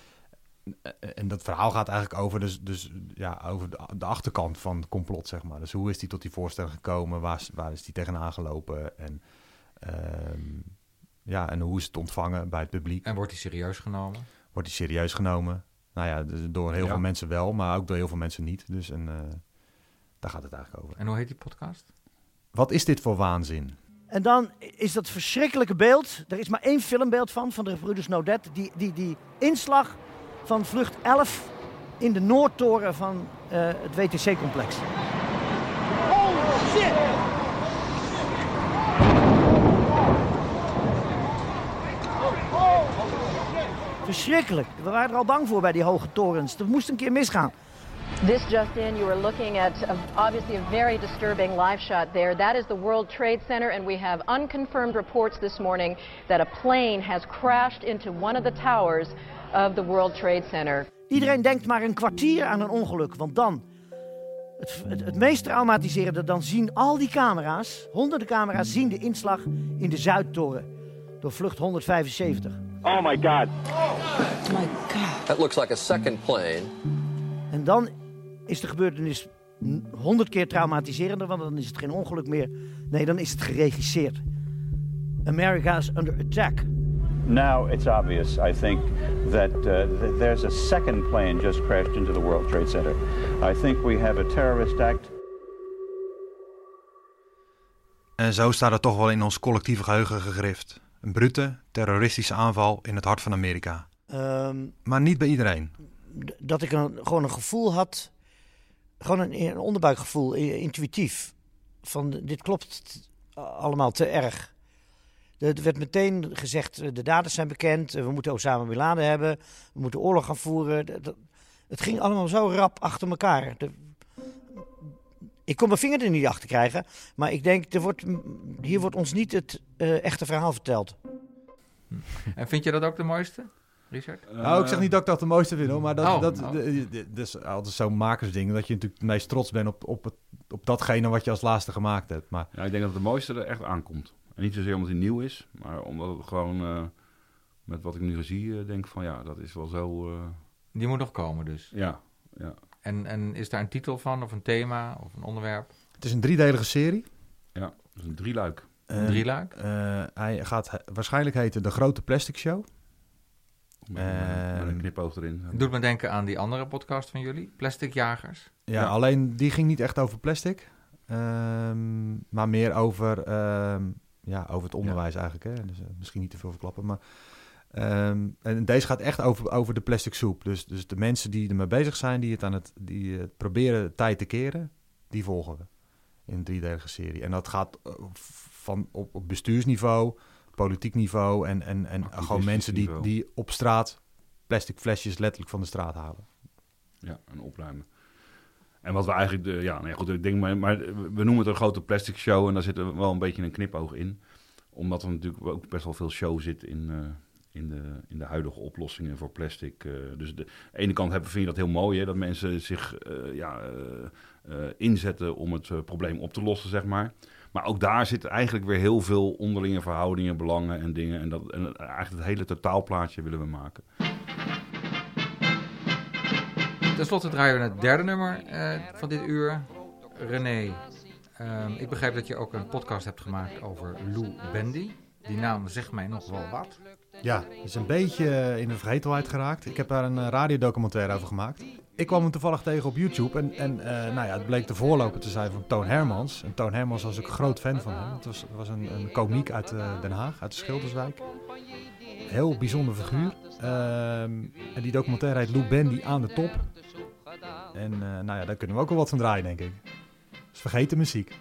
En dat verhaal gaat eigenlijk over, dus, dus, ja, over de, de achterkant van het complot, zeg maar. Dus hoe is hij tot die voorstelling gekomen? Waar, waar is hij tegenaan gelopen? En, um, ja, en hoe is het ontvangen bij het publiek? En wordt hij serieus genomen? Wordt hij serieus genomen? Nou ja, dus door heel ja. veel mensen wel, maar ook door heel veel mensen niet. Dus en, uh, daar gaat het eigenlijk over. En hoe heet die podcast? Wat is dit voor waanzin? En dan is dat verschrikkelijke beeld. Er is maar één filmbeeld van, van de gebroeders Naudet. Die, die, die inslag van vlucht elf in de Noordtoren van uh, het W T C-complex. Oh, shit! Verschrikkelijk. We waren er al bang voor bij die hoge torens. Dat moest een keer misgaan. This just in, you are looking at a, obviously a very disturbing live shot there. That is the World Trade Center, and we have unconfirmed reports this morning that a plane has crashed into one of the towers of the World Trade Center. Iedereen denkt maar een kwartier aan een ongeluk, want dan, het, het, het meest traumatiserende, dan zien al die camera's, honderden camera's, zien de inslag in de Zuidtoren door vlucht honderdvijfenzeventig. Oh my God. Oh my God. That looks like a second plane. En dan is de gebeurtenis honderd keer traumatiserender, want dan is het geen ongeluk meer. Nee, dan is het geregisseerd. America is under attack. Now it's obvious, I think, that uh, th- there's a second plane just crashed into the World Trade Center. I think we have a terrorist act. En zo staat het toch wel in ons collectieve geheugen gegrift. Een brute, terroristische aanval in het hart van Amerika. Um, maar niet bij iedereen. D- dat ik een, gewoon een gevoel had, gewoon een, een onderbuikgevoel, intuïtief. Van dit klopt allemaal te erg. Er werd meteen gezegd, de daders zijn bekend, we moeten Osama Bin Laden hebben, we moeten oorlog gaan voeren. Het ging allemaal zo rap achter elkaar. De, ik kon mijn vinger er niet achter krijgen, maar ik denk, er wordt, hier wordt ons niet het uh, echte verhaal verteld. En vind je dat ook de mooiste, Richard? Uh, nou, ik zeg niet dat ik dat de mooiste vind, hoor, maar dat, oh, dat, oh. de, de, dat is altijd zo'n makersding, dat je natuurlijk het meest trots bent op, op, het, op datgene wat je als laatste gemaakt hebt. Maar... Ja, ik denk dat het mooiste er echt aankomt. En niet zozeer omdat hij nieuw is, maar omdat het gewoon uh, met wat ik nu zie, uh, denk van ja, dat is wel zo... Uh... Die moet nog komen dus? Ja, ja. En, en is daar een titel van, of een thema, of een onderwerp? Het is een driedelige serie. Ja, het is een drieluik. Een uh, drieluik? Uh, hij gaat he- waarschijnlijk heten De Grote Plastic Show. Met, uh, met een knipoog erin. Doet me denken aan die andere podcast van jullie, Plastic Jagers. Ja, ja. Alleen die ging niet echt over plastic. Um, maar meer over, um, ja, over het onderwijs ja. eigenlijk. Hè? Dus, uh, misschien niet te veel verklappen. Maar, um, en deze gaat echt over, over de plastic soep. Dus, dus de mensen die ermee bezig zijn, die het aan het die, uh, proberen de tijd te keren, die volgen we in een driedelige serie. En dat gaat uh, van op, op bestuursniveau, politiek niveau en, en, en gewoon mensen die, die op straat plastic flesjes letterlijk van de straat halen. Ja, en opruimen. En wat we eigenlijk, de, ja, nee, goed, ik denk maar, maar we noemen het een grote plastic show en daar zit er wel een beetje een knipoog in. Omdat er natuurlijk ook best wel veel show zit in, uh, in de, in de huidige oplossingen voor plastic. Uh, dus de, aan de ene kant hebben, vind je dat heel mooi, hè, dat mensen zich uh, ja, uh, uh, inzetten om het uh, probleem op te lossen, zeg maar. Maar ook daar zitten eigenlijk weer heel veel onderlinge verhoudingen, belangen en dingen. En, dat, en eigenlijk het hele totaalplaatje willen we maken. Ten slotte draaien we het derde nummer uh, van dit uur. René, uh, ik begrijp dat je ook een podcast hebt gemaakt over Lou Bendy. Die naam zegt mij nog wel wat. Ja, het is een beetje in de vergetelheid geraakt. Ik heb daar een uh, radiodocumentaire over gemaakt. Ik kwam hem toevallig tegen op YouTube en, en uh, nou ja, het bleek de voorloper te zijn van Toon Hermans. En Toon Hermans was ook een groot fan van hem. Het was, het was een, een komiek uit uh, Den Haag, uit de Schilderswijk. Heel bijzonder figuur. Uh, en die documentaire heet Lou Bendy aan de top. En uh, nou ja, daar kunnen we ook wel wat van draaien, denk ik. Dus vergeet de muziek.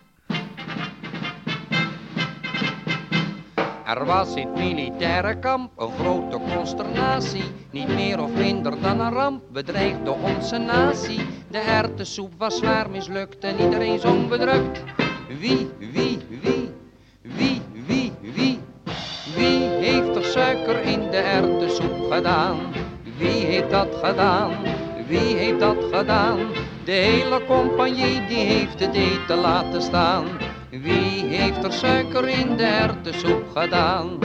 Er was in het militaire kamp een grote consternatie. Niet meer of minder dan een ramp bedreigde onze natie. De erwtensoep was zwaar mislukt en iedereen zong bedrukt. Wie, wie, wie, wie, wie, wie, wie heeft er suiker in de erwtensoep gedaan? Wie heeft dat gedaan? Wie heeft dat gedaan? De hele compagnie die heeft het eten laten staan. Wie heeft er suiker in de erwtensoep gedaan?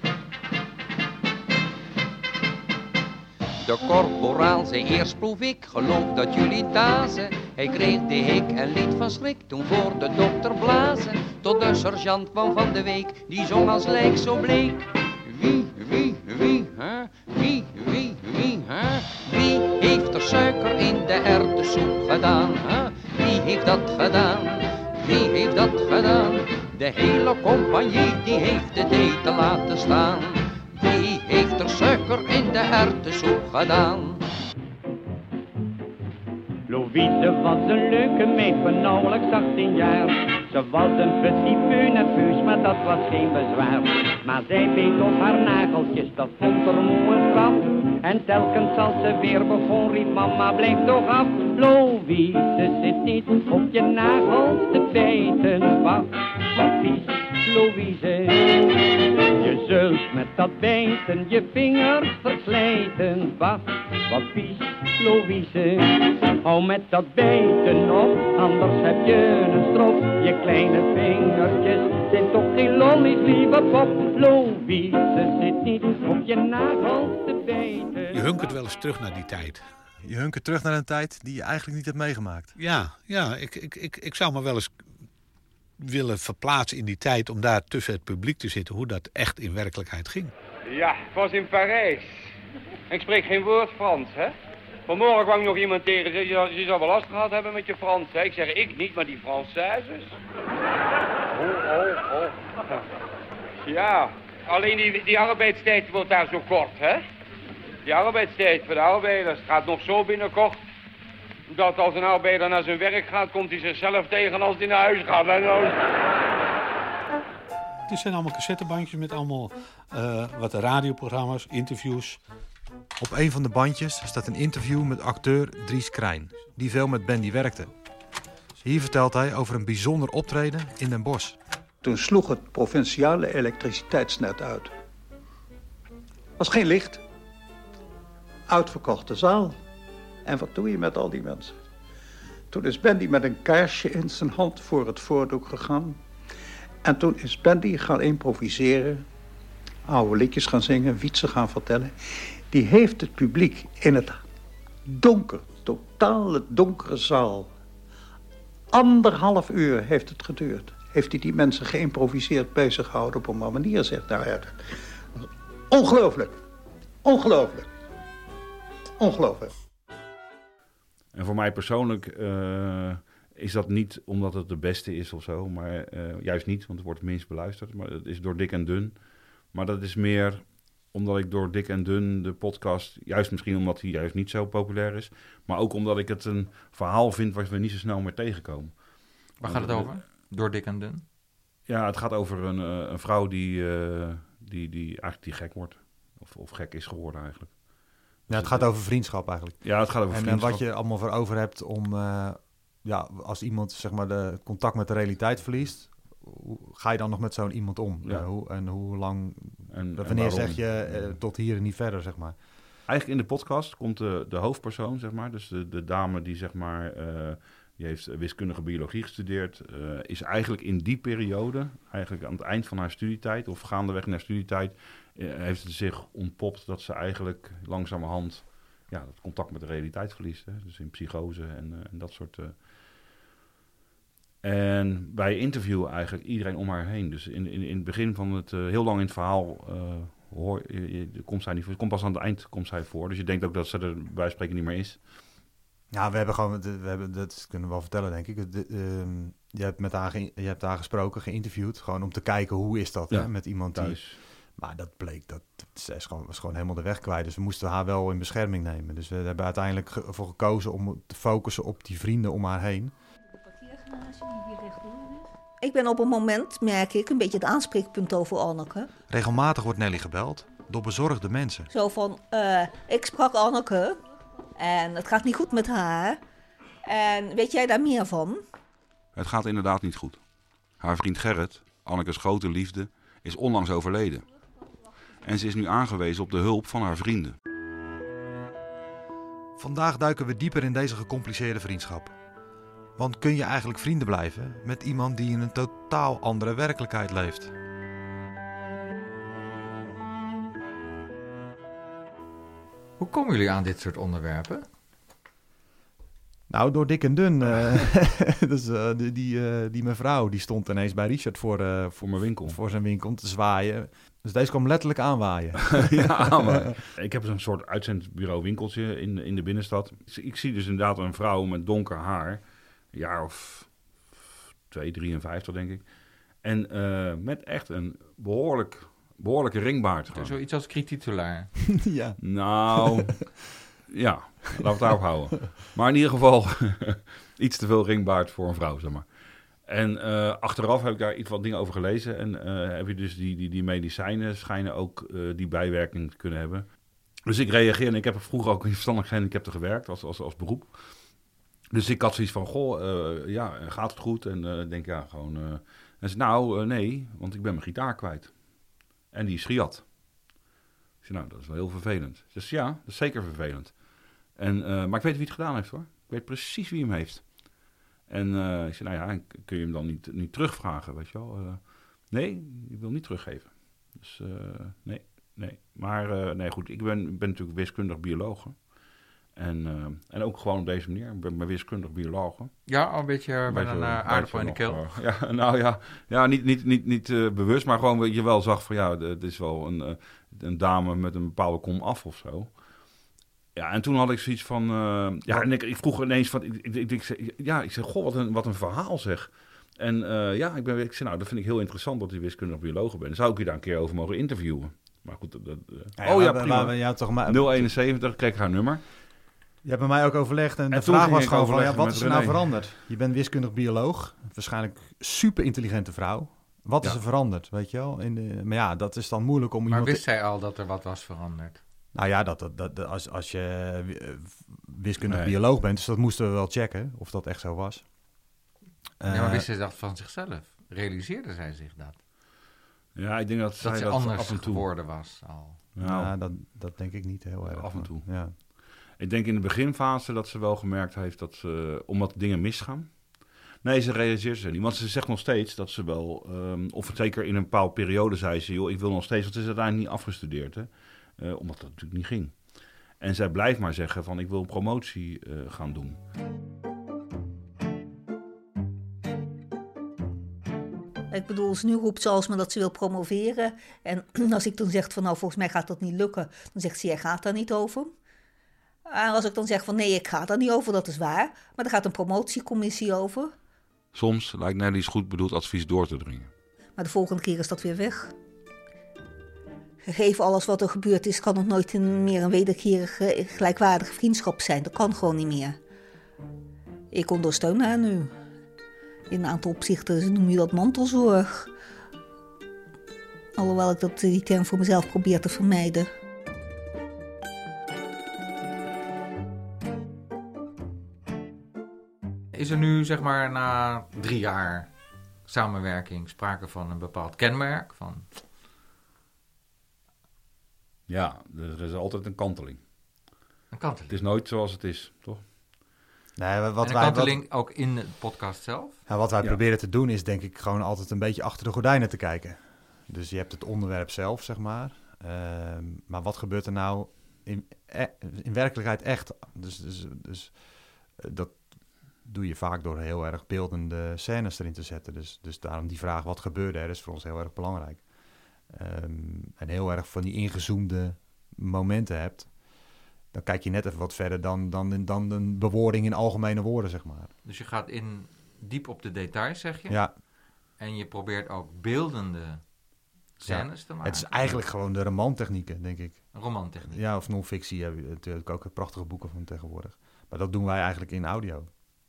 De korporaal zei eerst proef ik, geloof dat jullie dazen. Hij kreeg de hik en liet van schrik toen voor de dokter blazen. Tot de sergeant kwam van de week, die zong als lijk zo bleek. Wie, wie, wie, hè? Wie, wie, wie, hè? Wie heeft er suiker in de erwtensoep gedaan? Hè? Wie heeft dat gedaan? Wie heeft dat gedaan? De hele compagnie die heeft het eten laten staan. Wie heeft er suiker in de erwtensoep gedaan? Louise was een leuke meid van nauwelijks achttien jaar. Ze was een petit peu nerveus, maar dat was geen bezwaar. Maar zij beet op haar nageltjes, dat vond haar moe een straf. En telkens als ze weer begon, riep mama, blijf toch af. Louise, zit niet op je nagels te bijten. Wat, wat vies, Louise. Je zult met dat bijten je vingers verslijten. Wat, wat vies, Louise. Hou met dat bijten op, anders heb je een strop. Je kleine vingertjes zijn toch geen lollies, lieve pop. Louise, zit niet op je nagels te bijten. Je hunkert wel eens terug naar die tijd. Je hunkert terug naar een tijd die je eigenlijk niet hebt meegemaakt. Ja, ja ik, ik, ik, ik zou me wel eens willen verplaatsen in die tijd om daar tussen het publiek te zitten, hoe dat echt in werkelijkheid ging. Ja, ik was in Parijs. Ik spreek geen woord Frans, hè? Vanmorgen kwam nog iemand tegen, ze, je, je zou wel last gehad hebben met je Frans, hè? Ik zeg, ik niet, maar die Françaises. Oh, oh, oh. Ja, alleen die, die arbeidstijd wordt daar zo kort, hè? Die arbeidstijd voor de arbeiders gaat nog zo binnenkort, dat als een arbeider naar zijn werk gaat, komt hij zichzelf tegen als hij naar huis gaat. En dan... Dit zijn allemaal cassettebandjes met allemaal uh, wat radioprogramma's, interviews. Op een van de bandjes staat een interview met acteur Dries Krijn, die veel met Bendy werkte. Hier vertelt hij over een bijzonder optreden in Den Bosch. Toen sloeg het provinciale elektriciteitsnet uit. Was geen licht. Uitverkochte zaal. En wat doe je met al die mensen? Toen is Bendy met een kaarsje in zijn hand voor het voordoek gegaan. En toen is Bendy gaan improviseren, oude liedjes gaan zingen, wietsen gaan vertellen. Die heeft het publiek in het donker, totaal donkere zaal. Anderhalf uur heeft het geduurd. Heeft hij die mensen geïmproviseerd bezig gehouden op een manier, zegt nou ja. Ongelooflijk. Ongelooflijk. Ongelooflijk. En voor mij persoonlijk uh, is dat niet omdat het de beste is of zo, maar uh, juist niet, want het wordt het minst beluisterd. Maar het is door dik en dun. Maar dat is meer omdat ik door dik en dun de podcast, juist misschien omdat hij juist niet zo populair is, maar ook omdat ik het een verhaal vind wat we niet zo snel meer tegenkomen. Waar gaat het over? Door dik en dun? Ja, het gaat over een, uh, een vrouw die, uh, die, die eigenlijk die gek wordt. Of, of gek is geworden eigenlijk. Ja, het gaat over vriendschap eigenlijk. Ja, het gaat over en, vriendschap. En wat je allemaal voor over hebt om, uh, ja, als iemand zeg maar de contact met de realiteit verliest, hoe ga je dan nog met zo'n iemand om? Ja. Uh, hoe, en hoe lang En, Wanneer en zeg je uh, tot hier en niet verder, zeg maar? Eigenlijk in de podcast komt de, de hoofdpersoon, zeg maar. Dus de, de dame die, zeg maar, uh, die heeft wiskundige biologie gestudeerd. Uh, is eigenlijk in die periode, eigenlijk aan het eind van haar studietijd... of gaandeweg in haar studietijd... Uh, heeft het zich ontpopt dat ze eigenlijk langzamerhand... ja, het contact met de realiteit verliest. Hè? Dus in psychose en, uh, en dat soort... Uh, En wij interviewen eigenlijk iedereen om haar heen. Dus in, in, in het begin van het, uh, heel lang in het verhaal, uh, hoor, je, je, komt zij niet voor. Komt pas aan het eind komt zij voor. Dus je denkt ook dat ze er bij wijze van spreken niet meer is. Ja, we hebben gewoon, we hebben, dat kunnen we wel vertellen, denk ik. De, um, je hebt met haar, ge, je hebt haar gesproken, geïnterviewd, gewoon om te kijken hoe is dat, ja, hè, met iemand thuis. Die. Maar dat bleek, dat ze is gewoon, was gewoon helemaal de weg kwijt. Dus we moesten haar wel in bescherming nemen. Dus we hebben uiteindelijk ge, voor gekozen om te focussen op die vrienden om haar heen. Ik ben op een moment, merk ik, een beetje het aanspreekpunt over Anneke. Regelmatig wordt Nelly gebeld door bezorgde mensen. Zo van, uh, ik sprak Anneke en het gaat niet goed met haar. En weet jij daar meer van? Het gaat inderdaad niet goed. Haar vriend Gerrit, Anneke's grote liefde, is onlangs overleden. En ze is nu aangewezen op de hulp van haar vrienden. Vandaag duiken we dieper in deze gecompliceerde vriendschap. Want kun je eigenlijk vrienden blijven met iemand die in een totaal andere werkelijkheid leeft? Hoe komen jullie aan dit soort onderwerpen? Nou, door dik en dun. Uh, dus, uh, die, die, uh, die mevrouw die stond ineens bij Richard voor, uh, voor mijn winkel. Voor zijn winkel te zwaaien. Dus deze kwam letterlijk aanwaaien. Ja, maar ik heb zo'n soort uitzendbureau winkeltje in, in de binnenstad. Ik zie dus inderdaad een vrouw met donker haar. Een jaar of twee, drieënvijftig denk ik. En uh, met echt een behoorlijk, behoorlijke ringbaard. Gewoon. Zoiets als kritietulaar. Ja. Nou, ja, laten we het daarop houden. Maar in ieder geval iets te veel ringbaard voor een vrouw, zeg maar. En uh, achteraf heb ik daar iets wat dingen over gelezen. En uh, heb je dus die, die, die medicijnen schijnen ook uh, die bijwerking te kunnen hebben. Dus ik reageer en ik heb vroeger ook in verstandelijk gehandicapten gewerkt als, als, als beroep. Dus ik had zoiets van, goh, uh, ja, gaat het goed? En uh, denk, ja, gewoon... Uh, en zei, nou, uh, nee, want ik ben mijn gitaar kwijt. En die is gejat. Ik zei, nou, dat is wel heel vervelend. Ze zei, ja, dat is zeker vervelend. En, uh, maar ik weet wie het gedaan heeft, hoor. Ik weet precies wie hem heeft. En uh, ik zei, nou ja, kun je hem dan niet, niet terugvragen, weet je wel? Uh, nee, ik wil niet teruggeven. Dus uh, nee, nee. Maar uh, nee, goed, ik ben, ben natuurlijk wiskundig bioloog. En, uh, en ook gewoon op deze manier. Ik ben wiskundig bioloog. Ja, al een beetje met een uh, aardappel in de keel. Uh, ja, nou ja, ja niet, niet, niet, niet uh, bewust, maar gewoon dat je wel zag van ja, het is wel een, uh, een dame met een bepaalde kom af of zo. Ja, en toen had ik zoiets van... Uh, ja, en ik, ik vroeg ineens van... Ik, ik, ik, ik zei, ja, ik zei, goh, wat een, wat een verhaal zeg. En uh, ja, ik, ben, ik zei, nou, dat vind ik heel interessant dat je wiskundig bioloog bent. Zou ik je daar een keer over mogen interviewen? Maar goed, dat... dat uh, ja, oh ja, maar, prima. Maar, ja, toch maar, nul eenenzeventig, kreeg ik haar nummer. Je hebt bij mij ook overlegd en, en de vraag was gewoon van, ja, wat is er nou veranderd? Je bent wiskundig bioloog, waarschijnlijk super intelligente vrouw. Wat ja. is er veranderd, weet je wel? In de, maar ja, dat is dan moeilijk om maar iemand... Maar wist te... zij al dat er wat was veranderd? Nou ja, dat, dat, dat, als, als je wiskundig nee. bioloog bent, dus dat moesten we wel checken of dat echt zo was. Ja, maar uh, wist zij dat van zichzelf? Realiseerde zij zich dat? Ja, ik denk dat, dat zij ze dat anders af en toe geworden was al. Nou, ja, dat, dat denk ik niet heel erg. Af en toe. Ja. Ik denk in de beginfase dat ze wel gemerkt heeft dat ze, omdat dingen misgaan. Nee, ze realiseert ze niet. Want ze zegt nog steeds dat ze wel, um, of zeker in een bepaalde periode zei ze, joh, ik wil nog steeds, want ze is uiteindelijk niet afgestudeerd, hè. Uh, omdat dat natuurlijk niet ging. En zij blijft maar zeggen van, ik wil een promotie uh, gaan doen. Ik bedoel, nu roept ze alsmaar dat ze wil promoveren. En als ik dan zeg van, nou, volgens mij gaat dat niet lukken, dan zegt ze, jij gaat daar niet over. En als ik dan zeg van, nee, ik ga daar niet over, dat is waar. Maar er gaat een promotiecommissie over. Soms lijkt Nelly's goed bedoeld advies door te dringen. Maar de volgende keer is dat weer weg. Gegeven alles wat er gebeurd is, kan het nooit meer een wederkerige, gelijkwaardige vriendschap zijn. Dat kan gewoon niet meer. Ik ondersteun haar nu. In een aantal opzichten noem je dat mantelzorg. Alhoewel ik dat, die term voor mezelf probeer te vermijden. Is er nu, zeg maar, na drie jaar samenwerking sprake van een bepaald kenmerk? Van Ja, er is altijd een kanteling. Een kanteling? Het is nooit zoals het is, toch? Nee, wat en een wij, kanteling wat, ook in de podcast zelf? Ja, wat wij Ja. proberen te doen is denk ik gewoon altijd een beetje achter de gordijnen te kijken. Dus je hebt het onderwerp zelf, zeg maar. Uh, maar wat gebeurt er nou in, in werkelijkheid echt? Dus, dus, dus uh, dat doe je vaak door heel erg beeldende scènes erin te zetten. Dus, dus daarom die vraag, wat gebeurde er, is voor ons heel erg belangrijk. Um, en heel erg van die ingezoomde momenten hebt, dan kijk je net even wat verder dan, dan, dan een bewoording in algemene woorden, zeg maar. Dus je gaat in diep op de details, zeg je? Ja. En je probeert ook beeldende scènes ja. te maken? Het is eigenlijk gewoon de romantechnieken, denk ik. Romantechniek? Ja, of non-fictie heb je natuurlijk ook prachtige boeken van tegenwoordig. Maar dat doen wij eigenlijk in audio.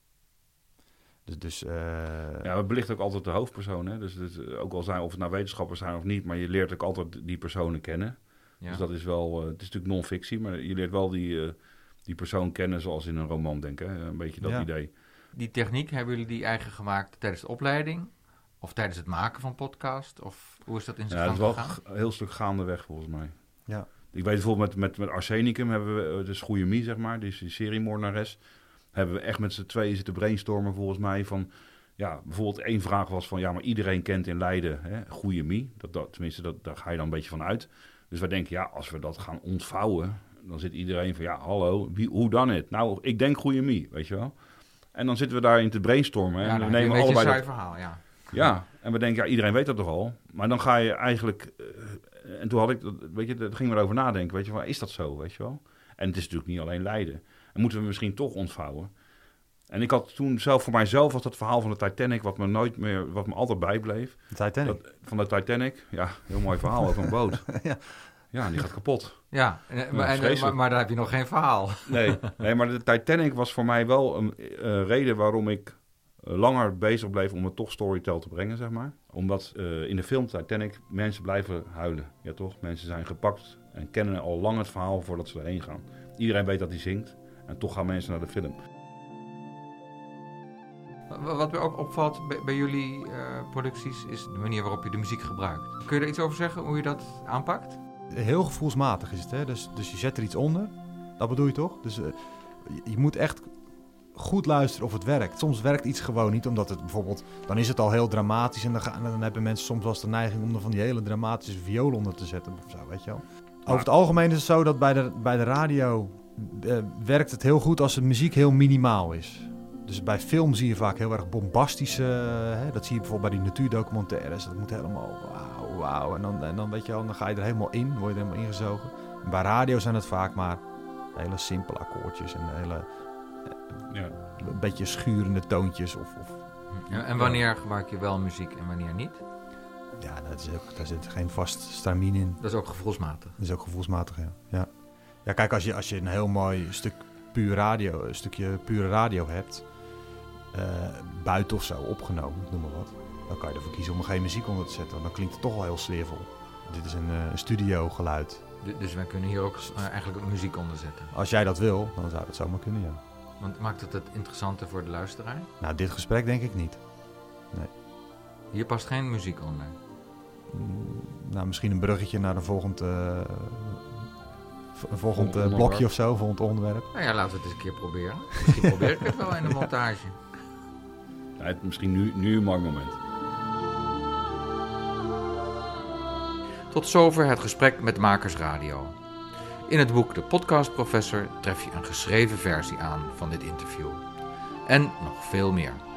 Dus, dus, uh... Ja, we belichten ook altijd de hoofdpersoon. Hè? Dus, dus ook al zijn of het nou wetenschappers zijn of niet, maar je leert ook altijd die personen kennen. Ja. Dus dat is wel, uh, het is natuurlijk non-fictie, maar je leert wel die, uh, die persoon kennen zoals in een roman, denk ik. Hè? Een beetje dat ja. idee. Die techniek, hebben jullie die eigen gemaakt tijdens de opleiding? Of tijdens het maken van podcast? Of hoe is dat in zijn ja, gang gegaan? Ja, dat is wel een heel stuk gaandeweg volgens mij. Ja. Ik weet bijvoorbeeld met, met, met Arsenicum hebben we, dus Goeie Mie, zeg maar, die is die seriemoordenares, hebben we echt met z'n tweeën zitten brainstormen volgens mij van, ja, bijvoorbeeld één vraag was van, ja, maar iedereen kent in Leiden, hè, Goeie Mie, dat, dat, tenminste, dat, daar ga je dan een beetje van uit. Dus wij denken, ja, als we dat gaan ontvouwen, dan zit iedereen van, ja, hallo, wie, hoe dan het? Nou, ik denk Goeie Mie, weet je wel. En dan zitten we daarin te brainstormen. Ja, en dan we nemen een allebei een dat verhaal, ja. Ja, en we denken, ja, iedereen weet dat toch al. Maar dan ga je eigenlijk, uh, en toen had ik, weet je, daar gingen we erover nadenken, weet je wel, is dat zo, weet je wel? En het is natuurlijk niet alleen Leiden. En moeten we misschien toch ontvouwen. En ik had toen zelf, voor mijzelf was dat verhaal van de Titanic, wat me nooit meer, wat me altijd bijbleef. De Titanic? Dat, van de Titanic, ja, heel mooi verhaal over een boot. ja. Ja, en die gaat kapot. Ja, en, maar, en, maar, maar daar heb je nog geen verhaal. Nee, nee, maar de Titanic was voor mij wel een uh, reden waarom ik langer bezig bleef om het toch storytell te brengen, zeg maar. Omdat uh, in de film Titanic mensen blijven huilen. Ja, toch? Mensen zijn gepakt en kennen al lang het verhaal voordat ze erheen gaan. Iedereen weet dat hij zingt en toch gaan mensen naar de film. Wat me ook opvalt bij, bij jullie uh, producties is de manier waarop je de muziek gebruikt. Kun je er iets over zeggen, hoe je dat aanpakt? Heel gevoelsmatig is het, hè? Dus, dus je zet er iets onder. Dat bedoel je toch? Dus uh, je, je moet echt goed luisteren of het werkt. Soms werkt iets gewoon niet, omdat het bijvoorbeeld, dan is het al heel dramatisch en dan, gaan, dan hebben mensen soms wel eens de neiging om er van die hele dramatische viool onder te zetten of zo, weet je wel. Over het algemeen is het zo dat bij de, bij de radio uh, werkt het heel goed als de muziek heel minimaal is. Dus bij film zie je vaak heel erg bombastische, uh, hè, dat zie je bijvoorbeeld bij die natuurdocumentaires, dat moet helemaal wauw, wauw. En dan, en dan weet je wel, dan ga je er helemaal in, word je er helemaal ingezogen. En bij radio zijn het vaak maar hele simpele akkoordjes en hele Ja. een beetje schurende toontjes. Of, of, en, en wanneer ja. gebruik je wel muziek en wanneer niet? Ja, dat is ook, daar zit geen vast stramien in. Dat is ook gevoelsmatig? Dat is ook gevoelsmatig, ja. Ja, ja kijk, als je, als je een heel mooi stuk puur radio, een stukje pure radio hebt, uh, buiten of zo opgenomen, noem maar wat, dan kan je ervoor kiezen om er geen muziek onder te zetten. Want dan klinkt het toch wel heel sfeervol. Dit is een, uh, een studiogeluid. Dus wij kunnen hier ook uh, eigenlijk muziek onder zetten? Als jij dat wil, dan zou dat zomaar kunnen, ja. Want maakt het het interessanter voor de luisteraar? Nou, dit gesprek denk ik niet. Nee. Hier past geen muziek onder? Mm, nou, misschien een bruggetje naar een volgend, uh, een volgend uh, blokje of zo, volgend onderwerp. Nou ja, laten we het eens een keer proberen. Misschien probeer ik het wel in de montage. Ja, het, misschien nu, nu een mooi moment. Tot zover het gesprek met Makers Radio. In het boek De Podcast Professor tref je een geschreven versie aan van dit interview. En nog veel meer.